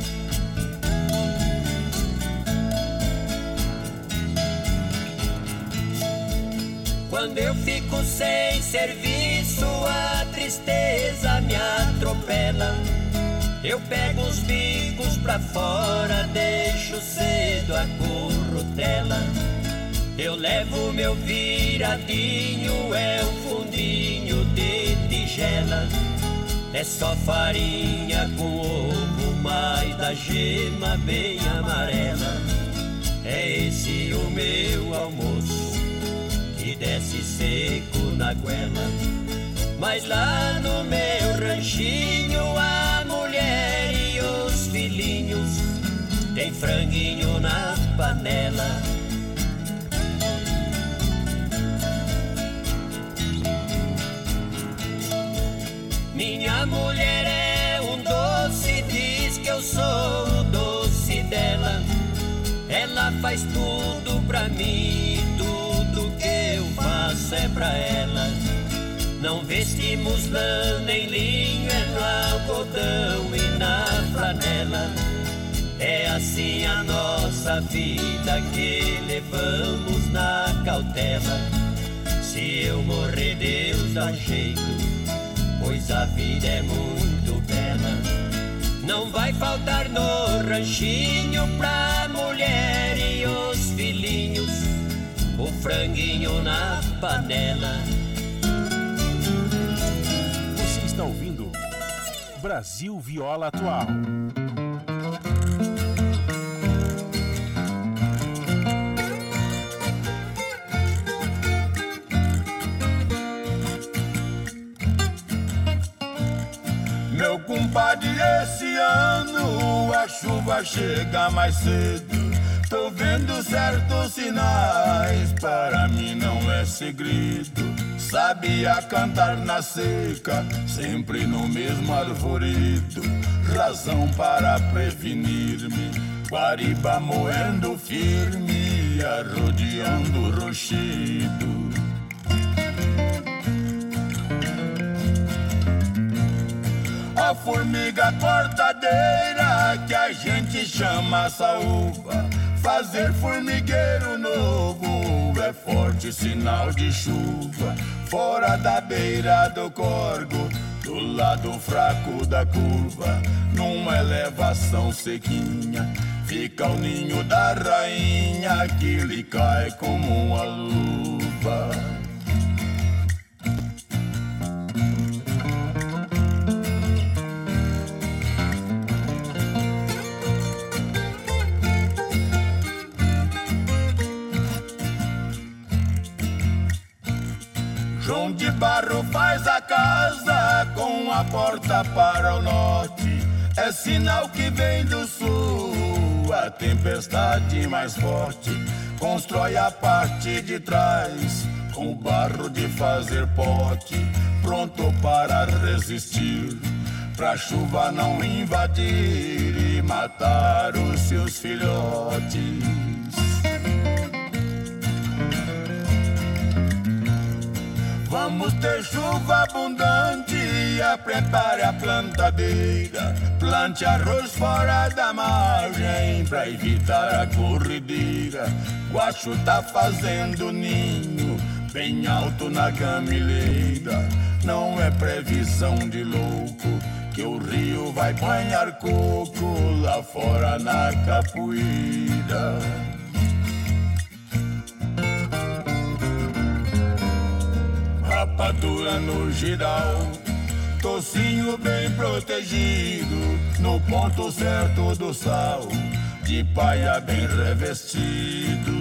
Quando eu fico sem serviço a tristeza me atropela. Eu pego os bicos pra fora, deixo cedo a currutela. Eu levo meu viradinho, é um fundinho de tigela. É só farinha com ovo, mais da gema bem amarela. É esse o meu almoço, que desce seco na goela. Mas lá no meu ranchinho a mulher e os filhinhos tem franguinho na panela. Minha mulher é um doce, diz que eu sou o doce dela. Ela faz tudo pra mim, tudo que eu faço é pra ela. Não vestimos lã nem linho, é no algodão e na flanela. É assim a nossa vida que levamos na cautela. Se eu morrer, Deus dá jeito, pois a vida é muito bela. Não vai faltar no ranchinho pra mulher e os filhinhos o franguinho na panela. Você está ouvindo Brasil Viola Atual. Meu compadre, esse ano a chuva chega mais cedo. Tô vendo certos sinais, para mim não é segredo. Sabia cantar na seca, sempre no mesmo arvoredo. Razão para prevenir-me, guariba moendo firme, arrodeando o rochedo. A formiga cortadeira que a gente chama saúva, fazer formigueiro novo é forte sinal de chuva. Fora da beira do corgo, do lado fraco da curva, numa elevação sequinha, fica o ninho da rainha que lhe cai como uma luva. João de Barro faz a casa com a porta para o norte. É sinal que vem do sul a tempestade mais forte. Constrói a parte de trás com barro de fazer pote, pronto para resistir, pra chuva não invadir e matar os seus filhotes. Vamos ter chuva abundante, prepare a plantadeira. Plante arroz fora da margem pra evitar a corrideira. Guacho tá fazendo ninho bem alto na gamileira. Não é previsão de louco que o rio vai banhar coco lá fora na capoeira. Rapadura no giral, tocinho bem protegido, no ponto certo do sal, de paia bem revestido.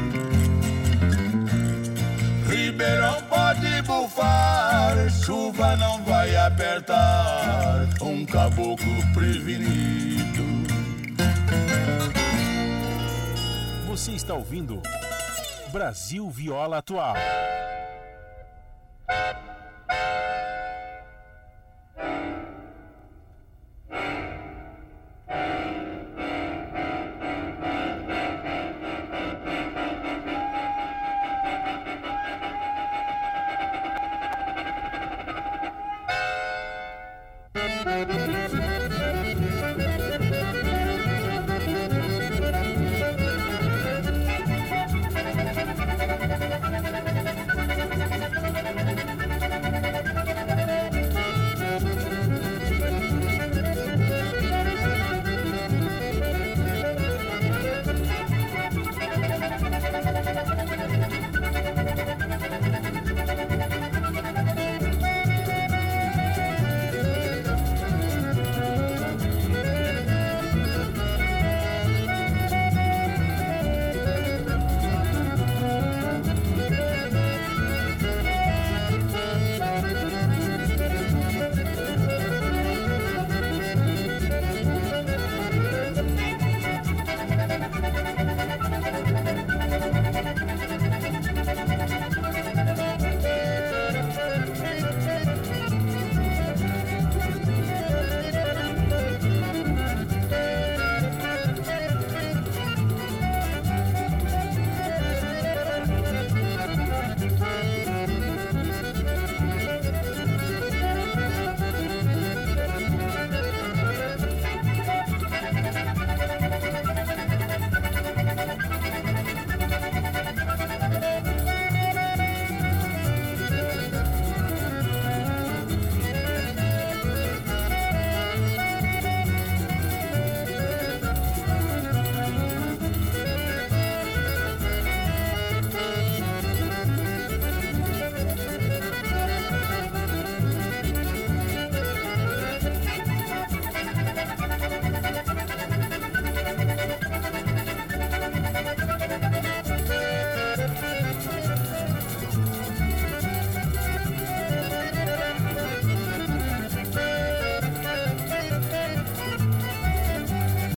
Ribeirão pode bufar, chuva não vai apertar, um caboclo prevenido. Você está ouvindo Brasil Viola Atual.